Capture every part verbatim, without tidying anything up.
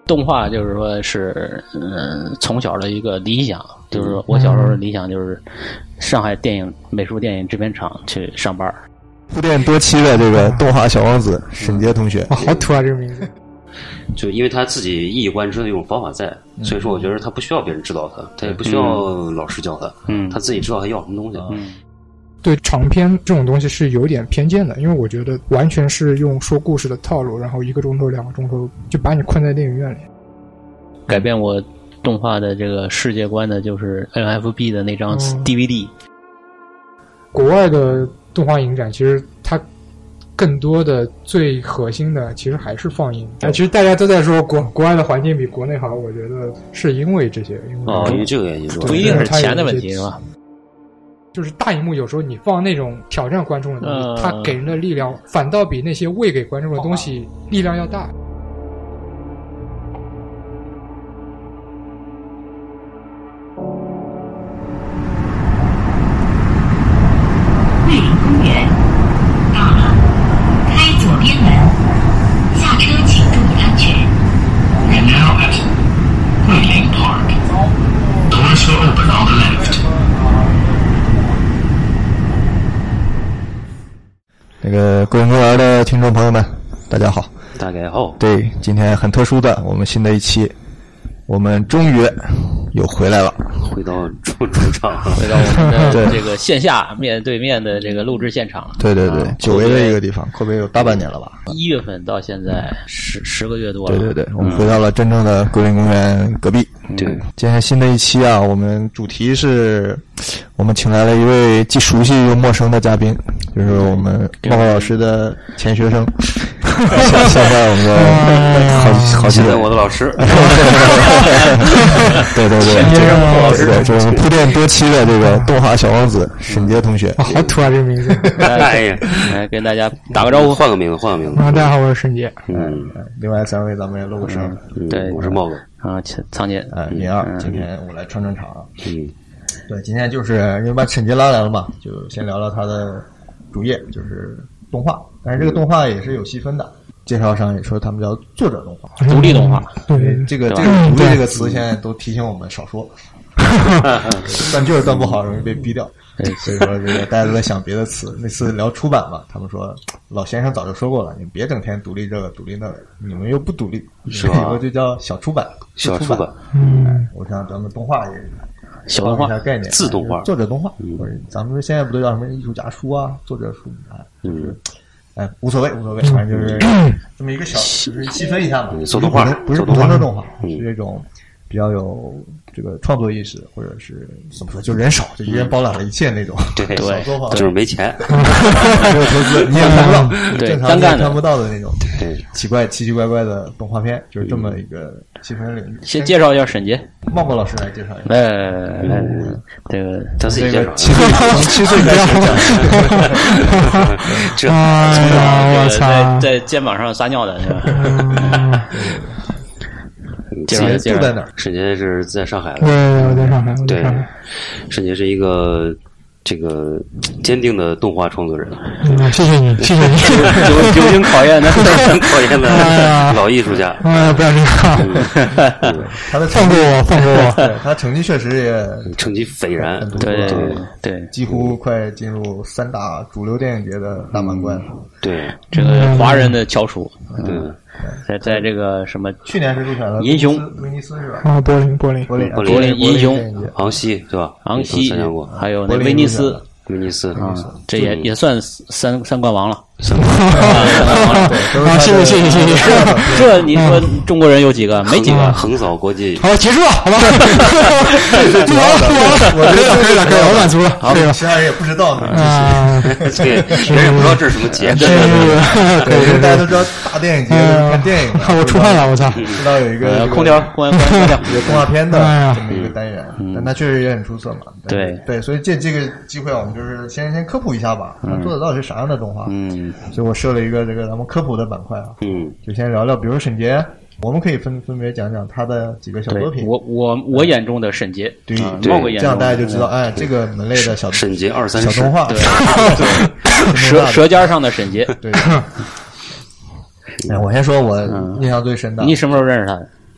动画就是说是嗯从小的一个理想，就是说我小时候的理想就是上海电影美术电影制片厂去上班。 铺垫多期的这个动画小王子沈杰同学， 哇，好土啊这个名字。 就因为他自己一以贯之的一种方法在，所以说我觉得他不需要别人指导他，他也不需要老师教他，嗯，他自己知道他要什么东西。 嗯， 对长篇这种东西是有点偏见的，因为我觉得完全是用说故事的套路，然后一个钟头两个钟头就把你困在电影院里。 改变我动画的这个世界观的就是 N F B 的那张 D V D。 嗯、国外的动画影展其实它更多的最核心的其实还是放映。其实大家都在说国国外的环境比国内好，我觉得是因为这些，因为哦，因为这个原因是吧？ 不一定是钱的问题是吧？ 就是大荧幕有时候你放那种挑战观众的东西， 呃、 它给人的力量反倒比那些喂给观众的东西力量要大。 桂林公园到了，开左边门，下车请注意安全。 We're now at Guilin Park. Doors will open on the left. 那个桂林公园的听众朋友们，大家好。 大概好。 对，今天很特殊的，我们新的一期，我们终于又回来了， 回到主主场， 回到我们的这个线下面对面的这个录制现场。 对对对，久违的一个地方，阔别有大半年了吧？ 一月份到现在十十个月多了。 对对对，我们回到了真正的桂林公园隔壁。 对、嗯， 今天新的一期啊，我们主题是，我们请来了一位既熟悉又陌生的嘉宾，就是我们茂茂老师的前学生，现在我们的好好几位我的老师。 对对对，这个茂老师，对，就是铺垫多期的这个动画小王子沈杰同学。 哇，好土啊这个名字！ 哎呀，来跟大家打个招呼， 换个名字，换个名字。 啊，大家好，我是沈杰。 嗯，另外三位咱们也露个声。 嗯， 对， 我是茂哥。 啊，苍姐， 哎，敏二，今天我来串串场。 嗯， 对，今天就是因为把沈杰拉来了嘛，就先聊聊他的主业，就是动画。但是这个动画也是有细分的，介绍上也说他们叫作者动画、 独立动画。 对， 这个这个独立这个词现在都提醒我们少说，断句断不好容易被逼掉。所以说这个大家都在想别的词。那次聊出版嘛，他们说老先生早就说过了，你别整天独立这个独立那个，你们又不独立， 是吧？ 以后就叫小出版， 小出版。 嗯、 哎，我想咱们动画也小动画一下概念， 自动画、 作者动画， 嗯、 或者咱们现在不都叫什么艺术家书啊、作者书啊？ 嗯， 哎，无所谓，无所谓，反正就是这么一个小，就是细分一下嘛。 做动画不是普通的动画， 嗯、 是这种比较有这个创作意识，或者是怎么说，就人少，就一人包揽了一切那种。 对对， 对， 就是没钱， 没有投资，你也看不到， 对， 正常干看不到的那种， 对， 奇怪奇奇怪怪的动画片，就是这么一个细分领域。 先介绍一下沈杰， 茂茂老师来介绍一下。 来来来来，这个他自己介绍。 七岁从七岁开始讲， 这我操， 在在肩膀上撒尿的是吧？介绍介绍在哪儿？ 沈杰是在上海的， 对，我在上海。 对，沈杰是一个这个坚定的动画创作人。 嗯，谢谢你，谢谢你。 久久经考验的， 考验的老艺术家。 哎，不要这样。 他的放过我，放过我。 对，他成绩确实也成绩斐然， 对对对， 几乎快进入三大主流电影节的大满贯。 对， 这个华人的翘楚。 对。 在在这个什么， 去年是入选了银熊威尼斯是吧？ 啊，柏林柏林柏林柏林银熊昂西是吧？ 昂西参加过， 还有那威尼斯威尼斯啊，这也也算三三冠王了。 三冠王， 谢谢谢谢谢谢。 这你说中国人有几个？没几个。 横扫国际。 好，结束了，好吧。不玩了不玩了，我觉得可以了可以了，我满足了。 好，其他人也不知道呢。 啊， 对，人也不知道这是什么节。 对对对，因为大家都知道大电影节看电影， 我出汗了，我操！ 知道有一个空调，空调，空调， 有动画片的这么一个单元，但他确实也很出色嘛。 对对，所以借这个机会，我们就是先先科普一下吧，做的到底是啥样的动画？ 嗯， 所以我设了一个这个咱们科普的板块啊， 嗯， 就先聊聊，比如沈杰，我们可以分分别讲讲他的几个小作品。 我我我眼中的沈杰， 对， 茂哥眼中， 这样大家就知道，哎，这个门类的小沈杰二三小动画， 对，舌舌尖上的沈杰， 对。哎，我先说我印象最深的， 你什么时候认识他的？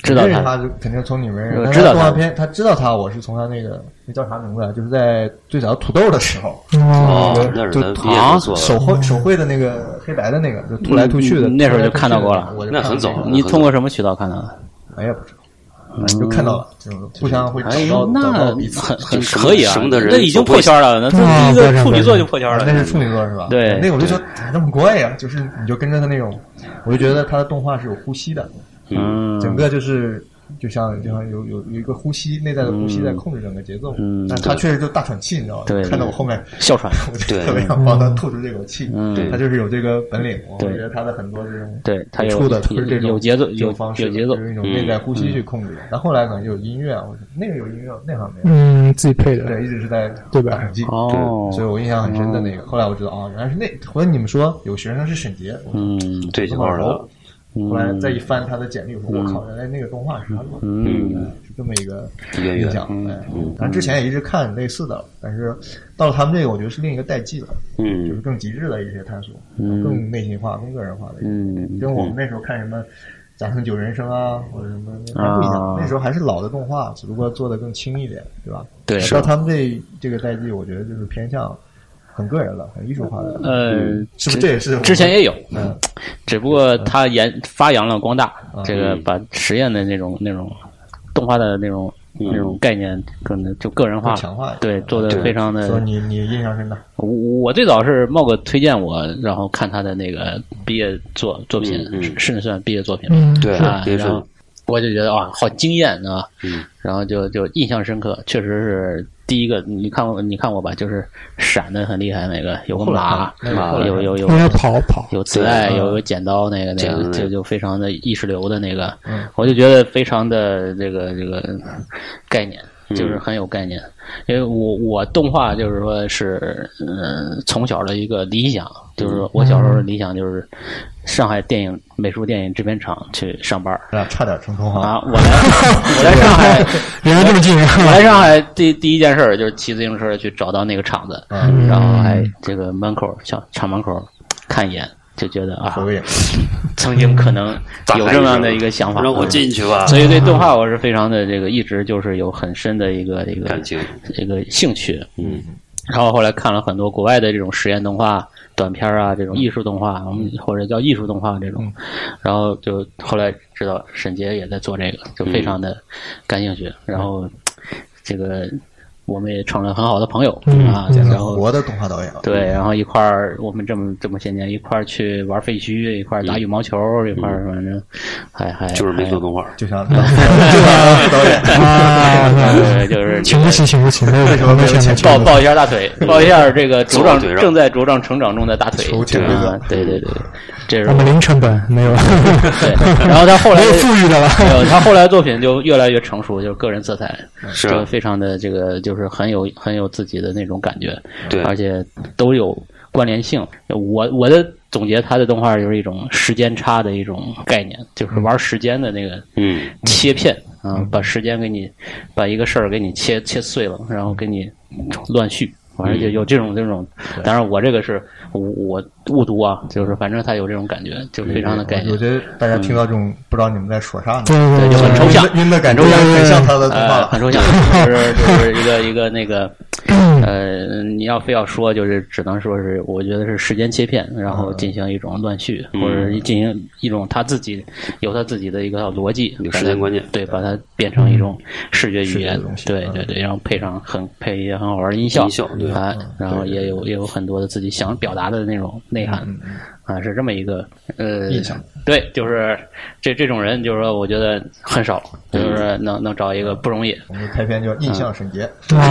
知道他，他就肯定从你们知道动画片，他知道他，我是从他那个那叫啥名字啊？就是在最早土豆的时候， 哦，那是就他手绘手绘的那个黑白的那个，就突来突去的， 那时候就看到过了。 那很早， 你通过什么渠道看到的？ 我也不知道。就看到了，就是互相会找到找到彼此， 很很可以啊， 什么的人那已经破圈了，那这一个处女座就破圈了， 那是处女座是吧？ 对， 那我就说咋这么怪呀？就是你就跟着他那种，我就觉得他的动画是有呼吸的， 嗯， 整个就是就像就像有有有一个呼吸内在的呼吸在控制整个节奏，嗯，但他确实就大喘气，你知道吗？ 对， 看到我后面哮喘， 我就特别想帮他吐出这口气， 嗯， 他就是有这个本领，我觉得他的很多这种对他出的都是这种有节奏有方式， 有节奏， 就是一种内在呼吸去控制的。但后来可能就有音乐啊，或者那个有音乐，那方面嗯自己配的， 对，一直是在对吧？ 打成绩， 哦， 所以我印象很深的那个。后来我知道啊，原来是那，后来你们说有学生是沈杰， 嗯， 对，挺好的。 后来再一翻他的简历，我说我靠，原来那个动画是他做的， 嗯， 是这么一个印象。嗯，咱之前也一直看类似的，但是到了他们这个，我觉得是另一个代际了， 嗯， 就是更极致的一些探索，更内心化、更个人化的。 嗯， 跟我们那时候看什么《加藤九人生》啊，或者什么还不一样。那时候还是老的动画，只不过做的更轻一点，对吧？ 对。 到他们这这个代际，我觉得就是偏向很个人了，很艺术化的。 呃， 是不是这也是之前也有， 嗯， 只不过他延发扬了光大，这个把实验的那种那种动画的那种那种概念，可能就个人化强化， 对，做的非常的。 说你你印象深的， 我我最早是茂哥推荐我，然后看他的那个毕业作作品，甚至算毕业作品， 对啊，然后我就觉得哇，好惊艳啊，嗯，然后就就印象深刻，确实是。第一个，你看过你看过吧？就是闪的很厉害，那个有个马，有有有跑跑， 有磁带，有个剪刀，那个那个就就非常的意识流的那个，我就觉得非常的这个这个概念，就是很有概念。因为我我动画就是说是嗯从小的一个理想，就是说我小时候的理想就是上海电影美术电影制片厂去上班。 啊，差点成同行啊！我来我来上海， 原来这么近。 我来上海第第一件事就是骑自行车去找到那个厂子，嗯、然后还这个门口小厂门口看一眼。就觉得啊，曾经可能有这样的一个想法， 让我进去吧。 所以对动画我是非常的这个，一直就是有很深的一个一个感情， 一个兴趣。 嗯， 然后后来看了很多国外的这种实验动画、短片啊，这种艺术动画，我们或者叫艺术动画这种，然后就后来知道沈杰也在做这个，就非常的感兴趣。然后这个。我们也成了很好的朋友、嗯、啊，然后活的动画导演对，然后一块儿我们这么这么些年一块儿去玩废墟，一块儿打羽毛球，嗯、一块儿反正还还就是没做动画， 就像当副导演啊，对，就是请不起，请不起，为什么没钱抱抱一下大腿，抱一下这个茁壮正在茁壮成长中的大腿， 啊， 对对对，这是我们零成本没有， 对，然后他后来没有富裕的了， 没有，他后来作品就越来越成熟，就是个人色彩是就非常的这个就是。很有很有自己的那种感觉， 对， 而且都有关联性。我我的总结，他的动画就是一种时间差的一种概念，就是玩时间的那个嗯切片啊、嗯，把时间给你把一个事儿给你切切碎了，然后给你乱序。反正就有这种这种，当然我这个是我我误读啊，就是反正他有这种感觉，就非常的概念。 我觉得大家听到这种不知道你们在说啥呢， 对，就很抽象， 晕的感觉很像他的动画， 很抽象，就是就是一个一个那个呃，你要非要说，就是只能说是我觉得是时间切片，然后进行一种乱序，或者进行一种他自己有他自己的一个逻辑， 有时间观念， 对，把它变成一种视觉语言，对对对，然后配上很配一些很好玩的音效， 音效对。 啊，然后也有也有很多的自己想表达的那种内涵，啊，是这么一个呃印象。 对，就是这这种人，就是说，我觉得很少，就是能能找一个不容易。 我们开篇叫印象沈杰，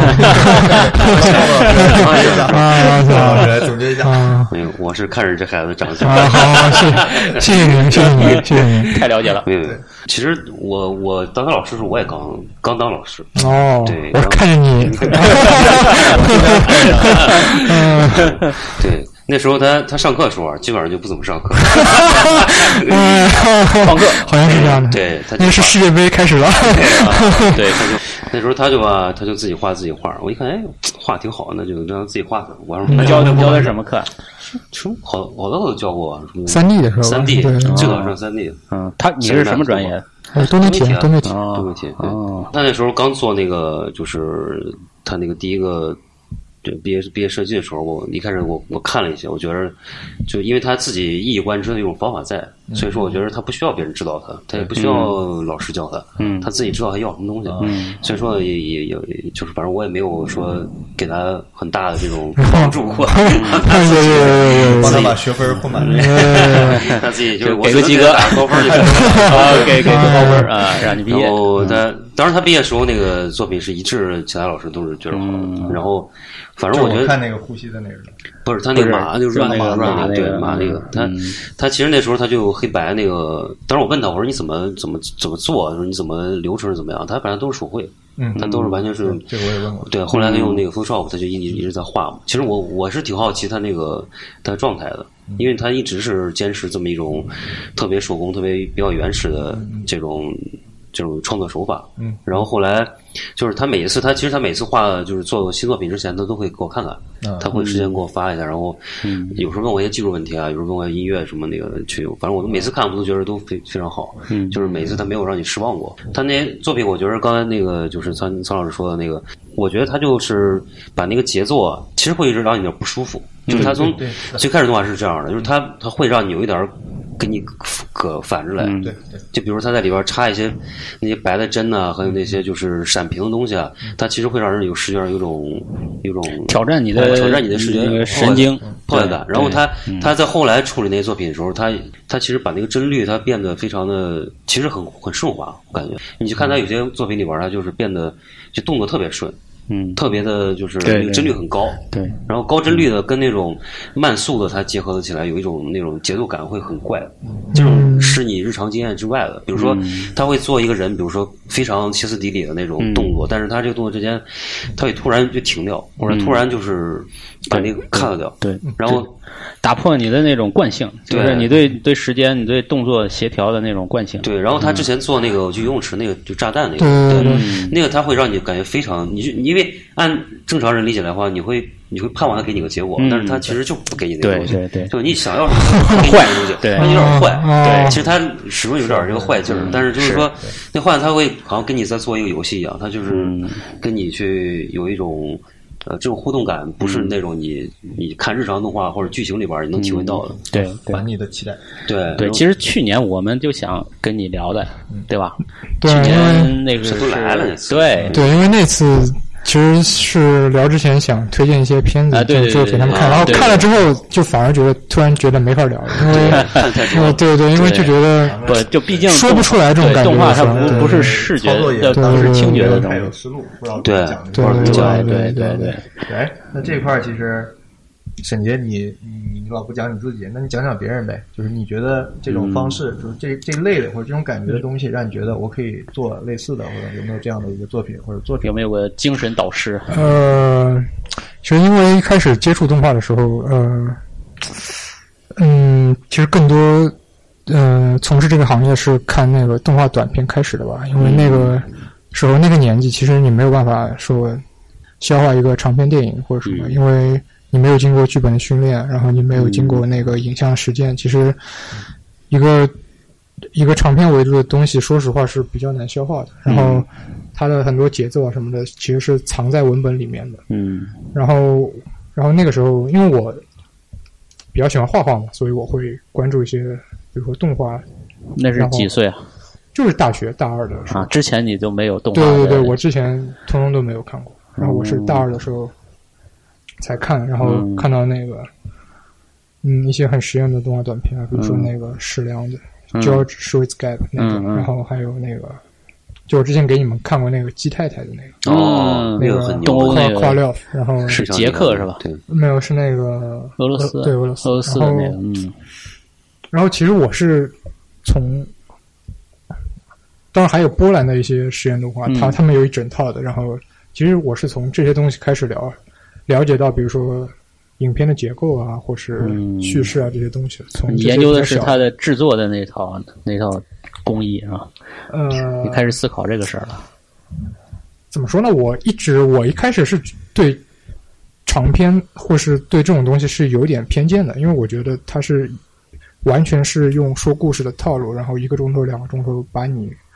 啊， 来总结一下。 没有，我是看着这孩子长大。 好，谢谢谢谢您，谢谢您，谢谢您， 太了解了。 没有，其实我我当他老师时候，我也刚刚当老师。 哦， 对， 我看着你。 对，那时候他他上课的时候啊，基本上就不怎么上课， 放课， 好像是这样的。 对，他那是世界杯开始了。 对，他就那时候他就啊，他就自己画自己画。我一看，哎，画挺好，那就让他自己画。我说他教教的什么课？ 什么好好多都教过啊，什么三 D 的时候， 三 D 最早上三 D。 嗯，他你是什么专业？ 呃，多媒体，多媒体， 多媒体。哦，他那时候刚做那个，就是他那个第一个。对毕业毕业设计的时候，我一开始我我看了一些，我觉得就因为他自己一以贯之的一种方法在，所以说我觉得他不需要别人指导他，他也不需要老师教他，嗯，他自己知道他要什么东西，嗯，所以说也也也就是反正我也没有说给他很大的这种帮助过，他自己帮他把学分混满， 他自己就是给个及格打高分就行， 给给个高分啊，让你毕业。 然后他当时他毕业时候那个作品是一致，其他老师都是觉得好的，然后。反正我觉得看那个呼吸的那个， 不是他那个马就是那个马对马那个他他其实那时候他就黑白那个，当时我问他我说你怎么怎么怎么做，说你怎么流程是怎么样，他反正都是手绘，嗯，他都是完全是这个我也问过， 对，后来他用那个 Photoshop 他就一一直在画嘛。其实我我是挺好奇他那个他的状态的，因为他一直是坚持这么一种特别手工、特别比较原始的这种。这种创作手法，嗯，然后后来就是他每一次，他其实他每次画就是做新作品之前，他都会给我看看，嗯、他会事先给我发一下，然后嗯，有时候问我一些技术问题啊，有时候问我音乐什么那个去，反正我每次看我都觉得都非非常好，嗯，就是每次他没有让你失望过。他那些作品，我觉得刚才那个就是苍苍老师说的那个，我觉得他就是把那个节奏啊，其实会一直让你有点不舒服，就是他从最开始动画是这样的，就是他他会让你有一点。跟你可反着来， 嗯、对对， 就比如他在里边插一些那些白的针呐、啊，还有那些就是闪屏的东西啊，它其实会让人有视觉上有种有种挑战你的挑战你的视觉神经破坏感。然后他他在后来处理那些作品的时候，他他其实把那个帧率他变得非常的，其实很很顺滑，我感觉你去看他有些作品里边，他就是变得就动作特别顺。嗯，特别的就是那个帧率很高， 对， 然后高帧率的跟那种慢速的它结合的起来，有一种那种节奏感会很怪，这种是你日常经验之外的。比如说，他会做一个人，比如说非常歇斯底里的那种动作，但是他这个动作之间，他会突然就停掉，或者突然就是把那个 cut 掉， 对， 然后打破你的那种惯性，就是你对对时间、你对动作协调的那种惯性。 对，然后他之前做那个去游泳池那个就炸弹那个，对，那个他会让你感觉非常，你就因为。按正常人理解来的话，你会你会盼望他给你个结果，嗯、但是他其实就不给你那个东西， 对对对， 就你想要什么坏东西， 对， 他有点坏，对，其实他始终有点这个坏劲儿，但是就是说那坏他会好像跟你在做一个游戏一样，他就是跟你去有一种呃这种互动感，不是那种你你看日常动画或者剧情里边你能体会到的， 嗯、对， 满你的期待， 对对，其实去年我们就想跟你聊的，对吧？ 对， 去年那个是都来了那次， 对对，因为那次。其实是聊之前想推荐一些片子， 啊、对对对就给他们看，然后看了之后就反而觉得突然觉得没法聊了，因为因为对对，因为就觉得不就毕竟说不出来这种感觉， 动画它不不是视觉的，不是听觉的东西， 有思路，不知道对怎么讲对对对对。 哎，那这一块其实沈杰，你你你老不讲你自己，那你讲讲别人呗。就是你觉得这种方式，嗯、就是这这一类的或者这种感觉的东西，让你觉得我可以做类似的，或者有没有这样的一个作品或者作品？ 有没有个精神导师？ 呃，其实因为一开始接触动画的时候，呃，嗯，其实更多呃从事这个行业是看那个动画短片开始的吧，因为那个时候那个年纪，其实你没有办法说消化一个长篇电影或者什么，因为。你没有经过剧本的训练，然后你没有经过那个影像实践，其实一个一个长篇维度的东西，说实话是比较难消化的。然后它的很多节奏啊什么的，其实是藏在文本里面的。嗯。然后，然后那个时候，因为我比较喜欢画画嘛，所以我会关注一些，比如说动画。 那是几岁啊？ 就是大学大二的时候。 啊，之前你都没有动画？ 对对对，我之前通通都没有看过。然后我是大二的时候。才看，然后看到那个，嗯，一些很实验的动画短片啊，比如说那个适量的、嗯、George Schwartzgap 那个、嗯嗯，然后还有那个，就我之前给你们看过那个鸡太太的那个， 哦， 那个很东欧那个 Kralov， 然后是捷克是吧？ 对， 没有是那个俄罗斯， 对俄罗斯， 俄罗斯的那个，嗯。 然后其实我是从，当然还有波兰的一些实验动画，他、嗯、他们有一整套的，然后其实我是从这些东西开始聊。了解到比如说影片的结构啊或是叙事啊、嗯、这些东西，从你研究的是它的制作的那套那套工艺啊，呃你开始思考这个事儿了。 怎么说呢，我一直我一开始是对长篇或是对这种东西是有点偏见的，因为我觉得它是完全是用说故事的套路，然后一个钟头两个钟头把你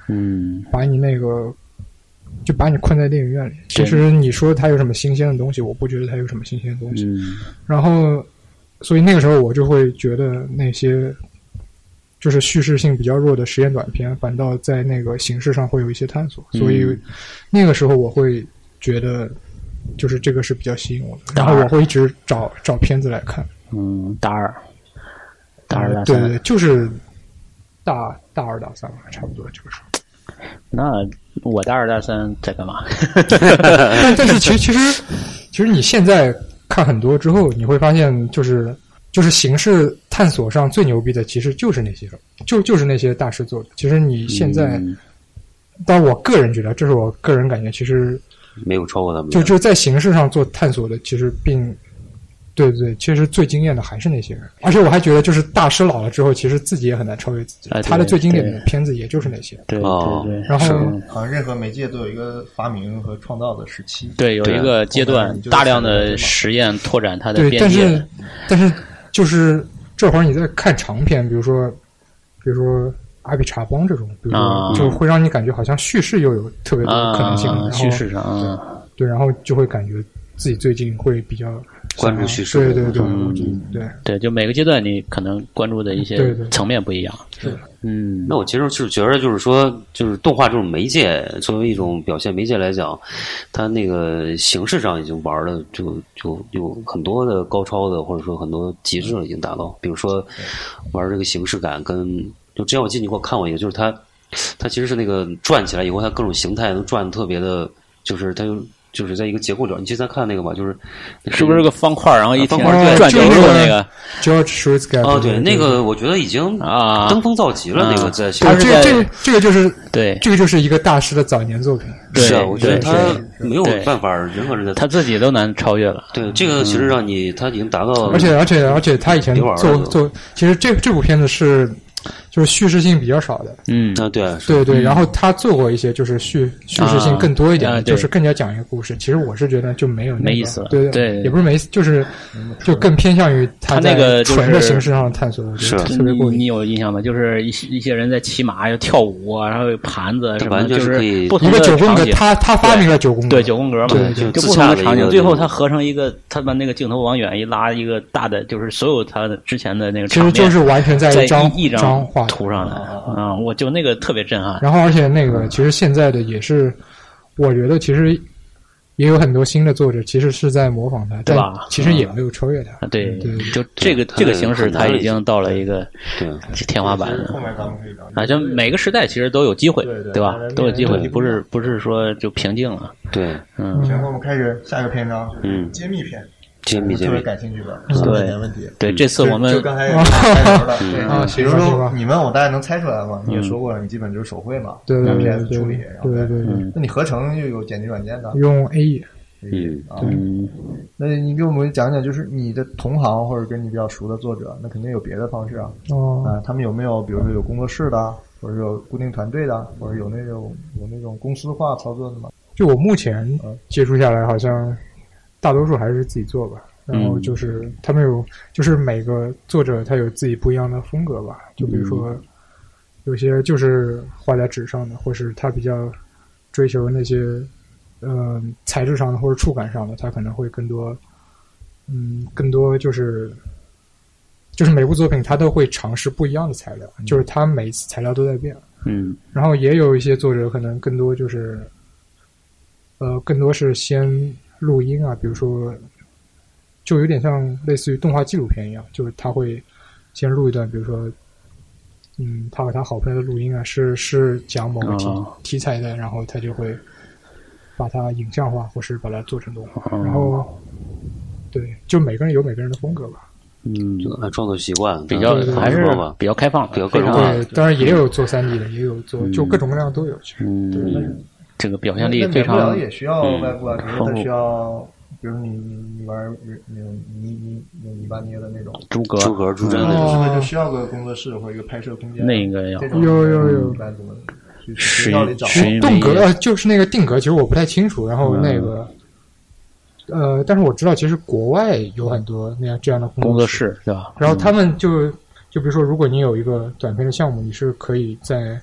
嗯，把你那个就把你困在电影院里。其实你说它有什么新鲜的东西，我不觉得它有什么新鲜的东西。 嗯， 然后所以那个时候我就会觉得那些就是叙事性比较弱的实验短片，反倒在那个形式上会有一些探索。所以那个时候我会觉得。就是这个是比较吸引我的，然后我会一直找找片子来看。 嗯，大二，大二大三， 对对对，就是大大二大三吧，差不多这个时候。 那我大二大三在干嘛？ 但但是其实其实其实你现在看很多之后，你会发现就是就是形式探索上最牛逼的，其实就是那些就就是那些大师做的。其实你现在， 嗯、 但我个人觉得，这是我个人感觉，其实。 没有超过他们， 就就在形式上做探索的，其实并对对对，其实最惊艳的还是那些人。而且我还觉得，就是大师老了之后，其实自己也很难超越自己。 啊、 他的最经典的片子也就是那些。 对对对。 然后， 好像任何媒介都有一个发明和创造的时期。 对，有一个阶段，大量的实验拓展它的边界。对，但是但是就是这会儿你在看长片，比如说比如说。阿比查邦这种，比如说、啊、就会让你感觉好像叙事又有特别多的可能性， 啊、 然后叙事上、啊， 对，然后就会感觉自己最近会比较关注叙事， 对对对， 嗯、 对对，就每个阶段你可能关注的一些层面不一样， 是， 嗯， 那我其实是觉得，就是说，就是动画这种媒介作为一种表现媒介来讲，它那个形式上已经玩的就就有很多的高超的，或者说很多极致了已经达到，比如说玩这个形式感跟。就之前我记得你给我看过一个，就是它，它其实是那个转起来以后，它各种形态能转特别的，就是它就就是在一个结构里。你记得看那个吧？就是是不是个方块，然后一方天哦转九十度那个 ？George Schwartzkopf 哦，对，那个我觉得已经啊登峰造极了。那个在这个这个这个就是对， 这个就是一个大师的早年作品。 是啊，我觉得他没有办法，任何人的他自己都难超越了。 对，这个其实让你他已经达到， 而且而且而且他以前做做，其实这这部片子是。就是叙事性比较少的， 嗯啊对对对，然后他做过一些就是叙叙事性更多一点的，就是更加讲一个故事。其实我是觉得就没有没意思了， 对对， 也不是没意思，就是就更偏向于他那个纯的形式上的探索， 是特别过瘾。 你有印象吗？就是一些一些人在骑马又跳舞啊，然后有盘子什么， 就是不同的九宫格，他他发明了九宫格， 对九宫格嘛， 对就不同的场景，最后他合成一个，他把那个镜头往远一拉，一个大的，就是所有他的之前的那个场面， 其实就是完全在一张一张画图上来。啊、嗯，我就那个特别震撼。 然后，而且那个其实现在的也是，我觉得其实也有很多新的作者其实是在模仿他， 对吧？ 其实也没有超越他。 嗯、对对， 就这个这个形式，他已经到了一个天花板了。 后面咱们可以聊啊，就每个时代其实都有机会， 对对对吧？都有机会，不是不是说就瓶颈了。 对， 嗯。 行，那我们开始下一个篇章， 嗯， 揭秘篇。 揭秘揭秘， 特别感兴趣的， 对点问题。 对，这次我们就刚才开头的， 啊， 比如说你问我，大家能猜出来吗？你也说过了，你基本就是手绘嘛， 对对对 P S 处理， 对对对。 那你合成又有剪辑软件的？ 用 A E。 嗯啊， 嗯， 那你给我们讲讲，就是你的同行或者跟你比较熟的作者，那肯定有别的方式啊。 哦。 啊，他们有没有，比如说有工作室的，或者有固定团队的，或者有那种有那种公司化操作的吗？ 就我目前接触下来，好像大多数还是自己做吧。然后就是他们有，就是每个作者他有自己不一样的风格吧。就比如说，有些就是画在纸上的，或是他比较追求那些，嗯、呃，材质上的或者触感上的，他可能会更多，嗯，更多就是，就是每部作品他都会尝试不一样的材料，嗯、就是他每一次材料都在变。 嗯。 然后也有一些作者可能更多就是，呃，更多是先录音啊，比如说。就有点像类似于动画纪录片一样，就是他会先录一段，比如说，嗯，他和他好朋友的录音啊，是是讲某个题、哦、题材的，然后他就会把它影像化，或是把它做成动画。 哦、 然后，对，就每个人有每个人的风格吧。 嗯，就按创作习惯， 比较还是比较开放， 比较个人化。 对，当然也有做三 D 的，也有做，就各种各样都有。其实， 嗯， 对， 这个表现力非常。 那免不了也需要外部啊，比如说他需要。比如你你你玩那种泥泥用泥巴捏的那种诸葛诸葛诸阵的， 是不是就需要个工作室或者一个拍摄空间？ 那个要有有有。 一般怎么去实里找？ 定格呃，就是那个定格，其实我不太清楚。然后那个、嗯、呃，但是我知道，其实国外有很多那样这样的工作室，对吧？ 然后他们就就比如说，如果你有一个短片的项目，你是可以在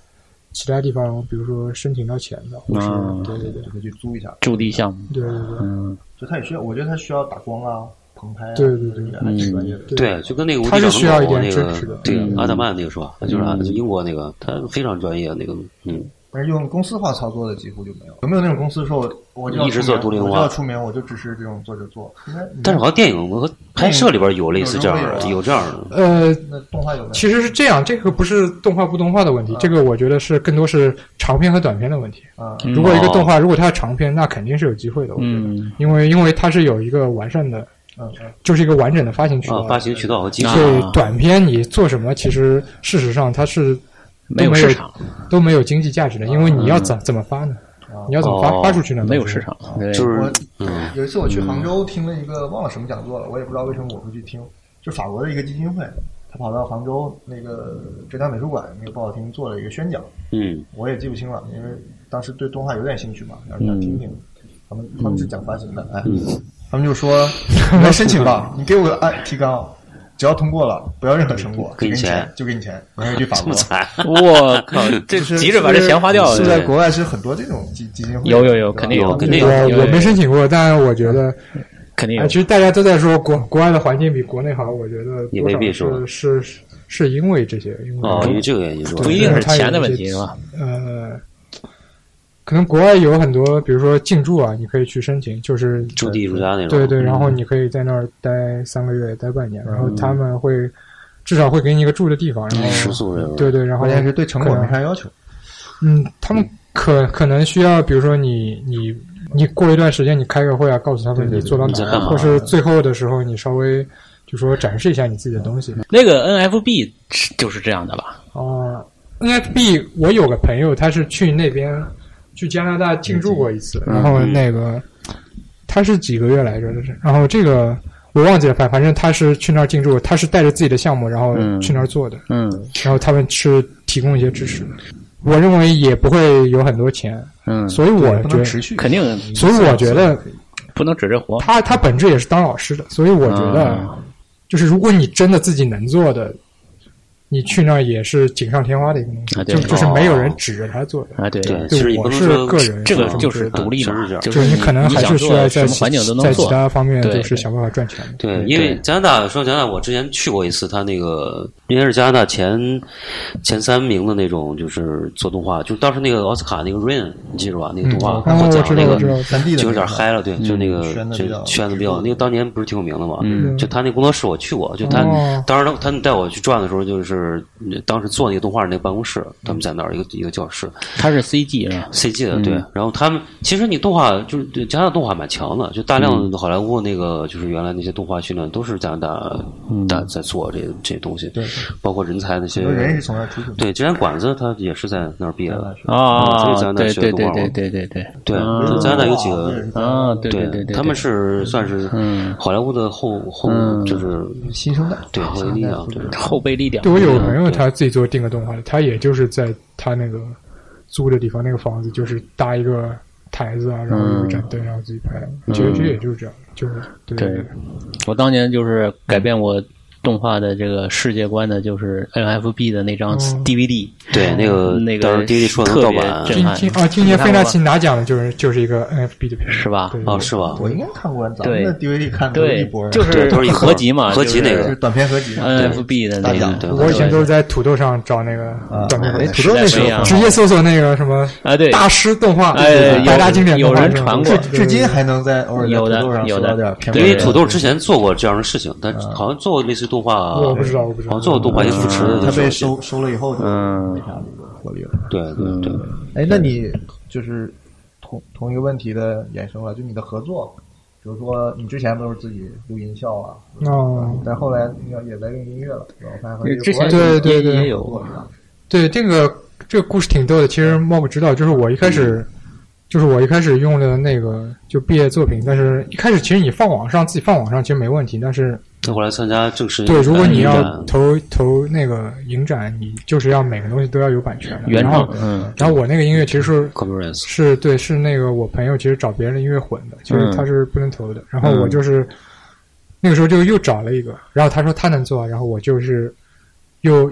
其他地方，比如说申请到钱的，或是、 嗯、 对对对， 就可以去租一下驻地项目。 对对对， 嗯， 就它也需要，我觉得它需要打光啊。澎湃啊， 对对对， 还挺专业的。 对，就跟那个他是需要一点支持的。 对，阿德曼那个是吧？就是啊，就英国那个，他非常专业那个，嗯。 但是用公司化操作的几乎就没有。有没有那种公司说，我就要一直做独立化， 我就要出名，我就支持这种作者做？ 但是好像电影和拍摄里边有类似这样的，有这样的。 呃， 那动画有没有？ 其实是这样，这个不是动画不动画的问题，这个我觉得是更多是长片和短片的问题。 啊， 如果一个动画，如果它是长片，那肯定是有机会的。我觉得，因为因为它是有一个完善的。 嗯嗯， 就是一个完整的发行渠道， 啊、发行渠道和机制。 对短片你做什么，其实事实上它是没有市场， 都没有经济价值的，因为你要怎、嗯、怎么发呢？你要怎么发、 哦、 发出去呢？ 没有市场。 就是我、嗯、有一次我去杭州听了一个忘了什么讲座了，我也不知道为什么我会去听，就法国的一个基金会，他跑到杭州那个浙江美术馆那个报道厅做了一个宣讲。 嗯， 我也记不清了，因为当时对动画有点兴趣嘛，然后想听听。嗯、他们他们是讲发行的，哎。嗯他们就说：“你来申请吧，你给我个按提纲，只要通过了，不要任何成果， 给你钱，就给你钱。然后去法国。 我靠，这急着把这钱花掉了。 是在国外是很多这种基基金会， 有有有，肯定有，肯定有。 我我没申请过，但我觉得肯定有。 其实大家都在说国国外的环境比国内好，我觉得也未必是是是是因为这些，因为哦，因为这个原因是吧？ 不一定是钱的问题，是吧？ 呃。”可能国外有很多，比如说进驻啊，你可以去申请，就是驻地如家那种。 对对，然后你可以在那儿待三个月、待半年，然后他们会至少会给你一个住的地方，然后食宿这种。 对对，然后关键是对成果没啥要求。 嗯，他们可可能需要，比如说你你你过了一段时间，你开个会啊，告诉他们你做到哪儿，或是最后的时候你稍微就说展示一下你自己的东西。 那个 N F B 就是这样的吧？ 哦 ，N F B 我有个朋友，他是去那边。去加拿大进驻过一次，然后那个他是几个月来着的是，然后这个我忘记了，反反正他是去那儿进驻，他是带着自己的项目，然后去那儿做的， 嗯， 然后他们是提供一些支持的。我认为也不会有很多钱， 嗯， 所以我觉得持续肯定， 所以我觉得不能指着活。 他他本质也是当老师的，所以我觉得就是如果你真的自己能做的。你去那儿也是锦上添花的一个东西， 啊、对就就是没有人指着他做的啊，对对， 对，我是个人， 这个就是独立嘛， 就是你可能还是需要在环境都能在其他方面就是想办法赚钱。 对，因为加拿大说加拿大，我之前去过一次，他那个应该是加拿大前前三名的那种，就是做动画，就是当时那个奥斯卡那个 Rain， 你记住吧？那个动画我讲那个就有点嗨了，对，就那个就圈子比较，那个当年不是挺有名的嘛？就他那工作室我去过，就他当时他带我去转的时候，就是当时做那个动画那个办公室，他们在那儿一个一个教室， 他是 C G 是吧 ？C G 的对，然后他们其实你动画就是加拿大动画蛮强的，就大量的好莱坞那个就是原来那些动画训练都是加拿大大在做这这些东西， 对， 包括人才那些人是从那儿出去的， 对，之前管子他也是在那儿毕业的啊， 所以加拿大学动画， 对对对对对对对，加拿大有几个啊，对对对对， 他们是算是好莱坞的后后就是新生代， 对后备力量，对后备力量。 对我有个朋友，他自己做定格动画的，他也就是在他那个租的地方，那个房子就是搭一个台子啊，然后有一盏灯，然后自己拍。其实其实也就是这样，就是对对对。 我当年就是改变我动画的这个世界观的，就是 N F B 的那张 D V D，、 哦、对那个那个当时 D V D 出的盗版， 震撼。 今啊，今年费纳奇拿奖的就是就是一个 N F B 的片， 是吧？ 哦，是吧？ 我应该看过，咱们的 D V D 看的一波， 就是都是一合集嘛， 合集那个就是短片合集 N F B 的那个。 我以前都是在土豆上找那个短片合集， 土豆那时候直接搜索那个什么啊，对， 大师动画， 哎， 百大经典有人传过， 至今还能在偶尔在土豆上有的点片。 因为土豆之前做过这样的事情，但好像做过类似动画， 我不知道，我不知道， 好像做过动画也扶持的， 他被收收了以后就嗯没啥那个活力了。 对对对。 哎，那你就是同同一个问题的衍生了，就你的合作，比如说你之前都是自己录音效啊， 哦， 但后来你也在用音乐了，是吧？我发现之前对对对也有， 对这个这个故事挺逗的。其实茂哥知道，就是我一开始。就是我一开始用的那个就毕业作品，但是一开始其实你放网上自己放网上其实没问题，但是他后来参加正式对，如果你要投投那个影展，你就是要每个东西都要有版权的。 原创， 嗯。 然后我那个音乐其实是 copyright 是对，是那个我朋友其实找别人的音乐混的，其实他是不能投的。然后我就是那个时候就又找了一个，然后他说他能做，然后我就是又。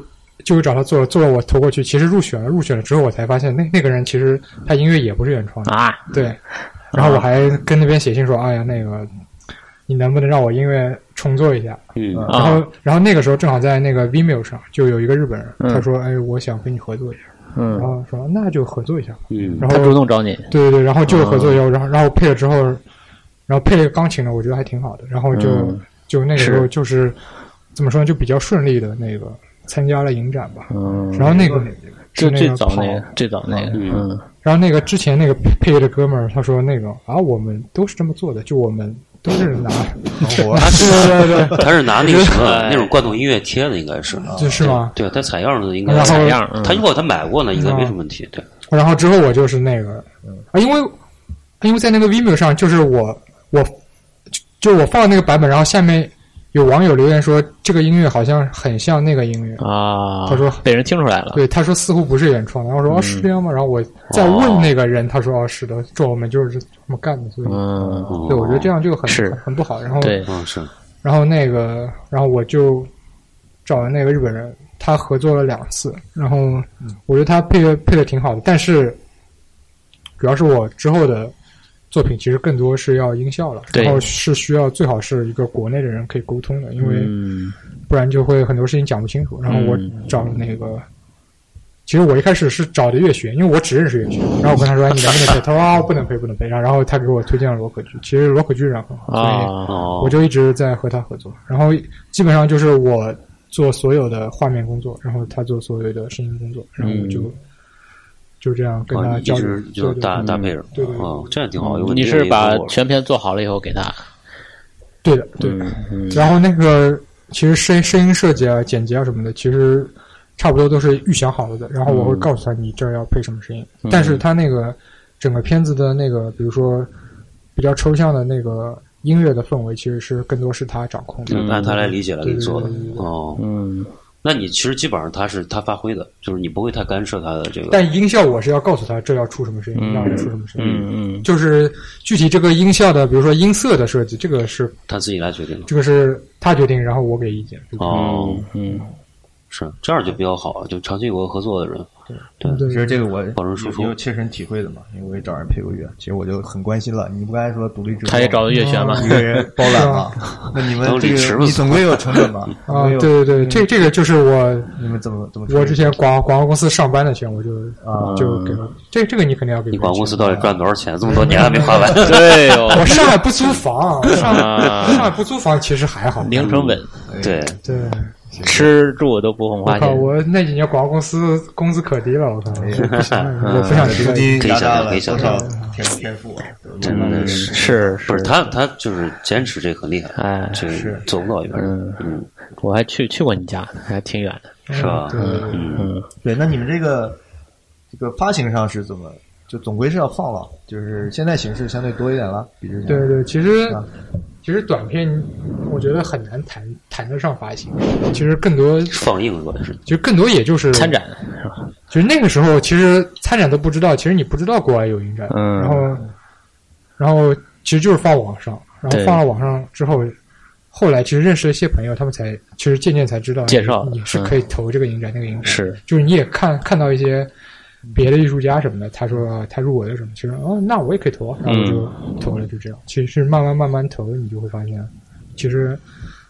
就找他做了，做了我投过去，其实入选了，入选了之后我才发现那那个人其实他音乐也不是原创的啊， 对，然后我还跟那边写信说，哎呀，那个你能不能让我音乐重做一下？ 嗯， 然后、啊、然后那个时候正好在那个 Vimeo 上就有一个日本人， 嗯、 他说，哎，我想跟你合作一下， 嗯， 然后说那就合作一下， 嗯， 然后他主动找你， 对对对，然后就合作以后，然后然后配了之后，然后配了一个钢琴呢，我觉得还挺好的，然后就、嗯、就那个时候就是怎么说呢，就比较顺利的那个。参加了影展吧， 嗯， 然后那个就最早那个最早那个，嗯， 然后那个之前那个配乐的哥们儿他说那个啊，我们都是这么做的，就我们都是拿活， 他是对对对，他是拿那个什么那种贯通音乐贴的，应该是， 就是吗？ 对，他采样的应该采样，他如果他买过呢，应该没什么问题，对。 然后之后我就是那个啊，因为因为在那个 Vimeo 上，就是我我就我放的那个版本，然后下面。有网友留言说这个音乐好像很像那个音乐啊， 他说被人听出来了， 对，他说似乎不是原创的，然后说、嗯、哦是这样吗？然后我再问那个人，哦、他说哦是的，这我们就是这么干的，所以嗯， 对，我觉得这样就很是很不好。然后对， 嗯是， 然后那个，然后我就找了那个日本人，他合作了两次，然后我觉得他配的配的挺好的，但是主要是我之后的。作品其实更多是要音效了，然后是需要最好是一个国内的人可以沟通的，因为不然就会很多事情讲不清楚。然后我找了那个，嗯、其实我一开始是找的乐学，因为我只认识乐学。然后我跟他说：“你能不能配？”他说：“啊，不能配，不能配。”然后他给我推荐了罗可居，其实罗可居人很好，所以我就一直在和他合作。然后基本上就是我做所有的画面工作，然后他做所有的声音工作，然后我就。嗯就这样跟他交流， 就搭搭配着， 对对， 哦，这样挺好。 你是把全片做好了以后给他？ 对的，对。 嗯、 然后那个其实声声音设计啊、剪辑啊什么的，其实差不多都是预想好了的。然后我会告诉他你这儿要配什么声音， 嗯、 但是他那个整个片子的那个，比如说比较抽象的那个音乐的氛围，其实是更多是他掌控的， 嗯、按他来理解来给你做的。哦， 嗯。 那你其实基本上他是他发挥的，就是你不会太干涉他的这个。 但音效我是要告诉他这要出什么声音， 嗯、 让人出什么声音。 嗯嗯。 就是具体这个音效的，比如说音色的设计，这个是他自己来决定。 这个是他决定，然后我给意见。 哦， 嗯， 是这样就比较好，就长期有个合作的人。 对对， 其实这个我保证输出有切身体会的嘛，因为我也找人配过乐，其实我就很关心了。你不刚才说独立制作， 他也找的乐学嘛， 一个人包揽嘛，那你们这个你总归有成本吧？ 啊，对对对，这这个就是我你们怎么怎么我之前广广告公司上班的钱，我就啊就给了。这这个你肯定要给。 你广告公司到底赚多少钱？这么多年还没花完？ 对哦， 我上海不租房，上上海不租房其实还好， 零成本。 对对。 吃住都不用花钱。 我靠！我那几年广告公司工资可低了，我靠！不行，我不想租金压榨了可以想象， 天天赋啊！ 真的是是不是他他就是坚持这很厉害， 哎， 这走不到一边。 嗯嗯， 我还去去过你家，还挺远的， 是吧？ 嗯嗯， 对。那你们这个这个发行上是怎么？就总归是要放了，就是现在形式相对多一点了，比之前。 对对，其实。其实短片，我觉得很难谈谈得上发行。其实更多放映主要是， 其实更多也就是参展，是吧？ 就是那个时候，其实参展都不知道。其实你不知道国外有影展， 嗯， 然后，然后其实就是放网上，然后放到网上之后，后来其实认识了一些朋友，他们才其实渐渐才知道介绍你是可以投这个影展、那个影展， 是就是你也看看到一些。别的艺术家什么的，他说他入围了什么，其实哦，那我也可以投啊，然后我就投了，就这样。其实是慢慢慢慢投，你就会发现，其实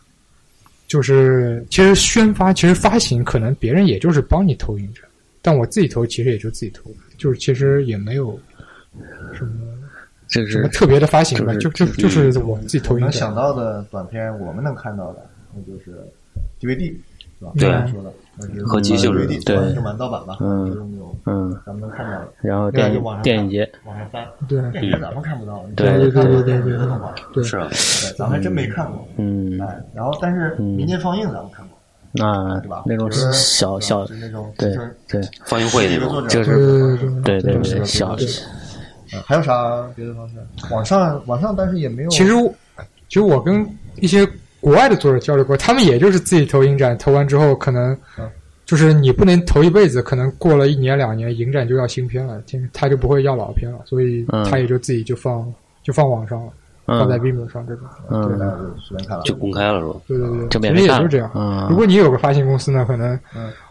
就是其实宣发，其实发行可能别人也就是帮你投影展，但我自己投其实也就自己投，就是其实也没有什么就是什么特别的发行吧，就就就是我自己投影展。 能想到的短片，我们能看到的，那就是 D V D， 是吧？ 对， 说的。 合集性质， 对， 就满盗版吧， 嗯， 就是那种， 嗯， 咱们能看到的。 然后电影电影节往上翻， 对， 电影节咱们看不到， 对对对对对对， 对， 是啊， 对，咱们还真没看过， 嗯， 哎，然后但是民间放映咱们看过， 那对吧？ 那种小小那种， 对对， 放映会那种， 就是对对对小， 还有啥别的方式？网上网上，但是也没有。 其实其实我跟一些国外的作者交流过，他们也就是自己投影展，投完之后可能。就是你不能投一辈子，可能过了一年两年，影展就要新片了，他就不会要老片了，所以他也就自己就放、嗯、就放网上了， 嗯、 放在 Vimeo 上这种， 嗯， 对，就随便看了， 就公开了是吧？ 对对对， 就其实也就是这样。 嗯， 如果你有个发行公司呢，可能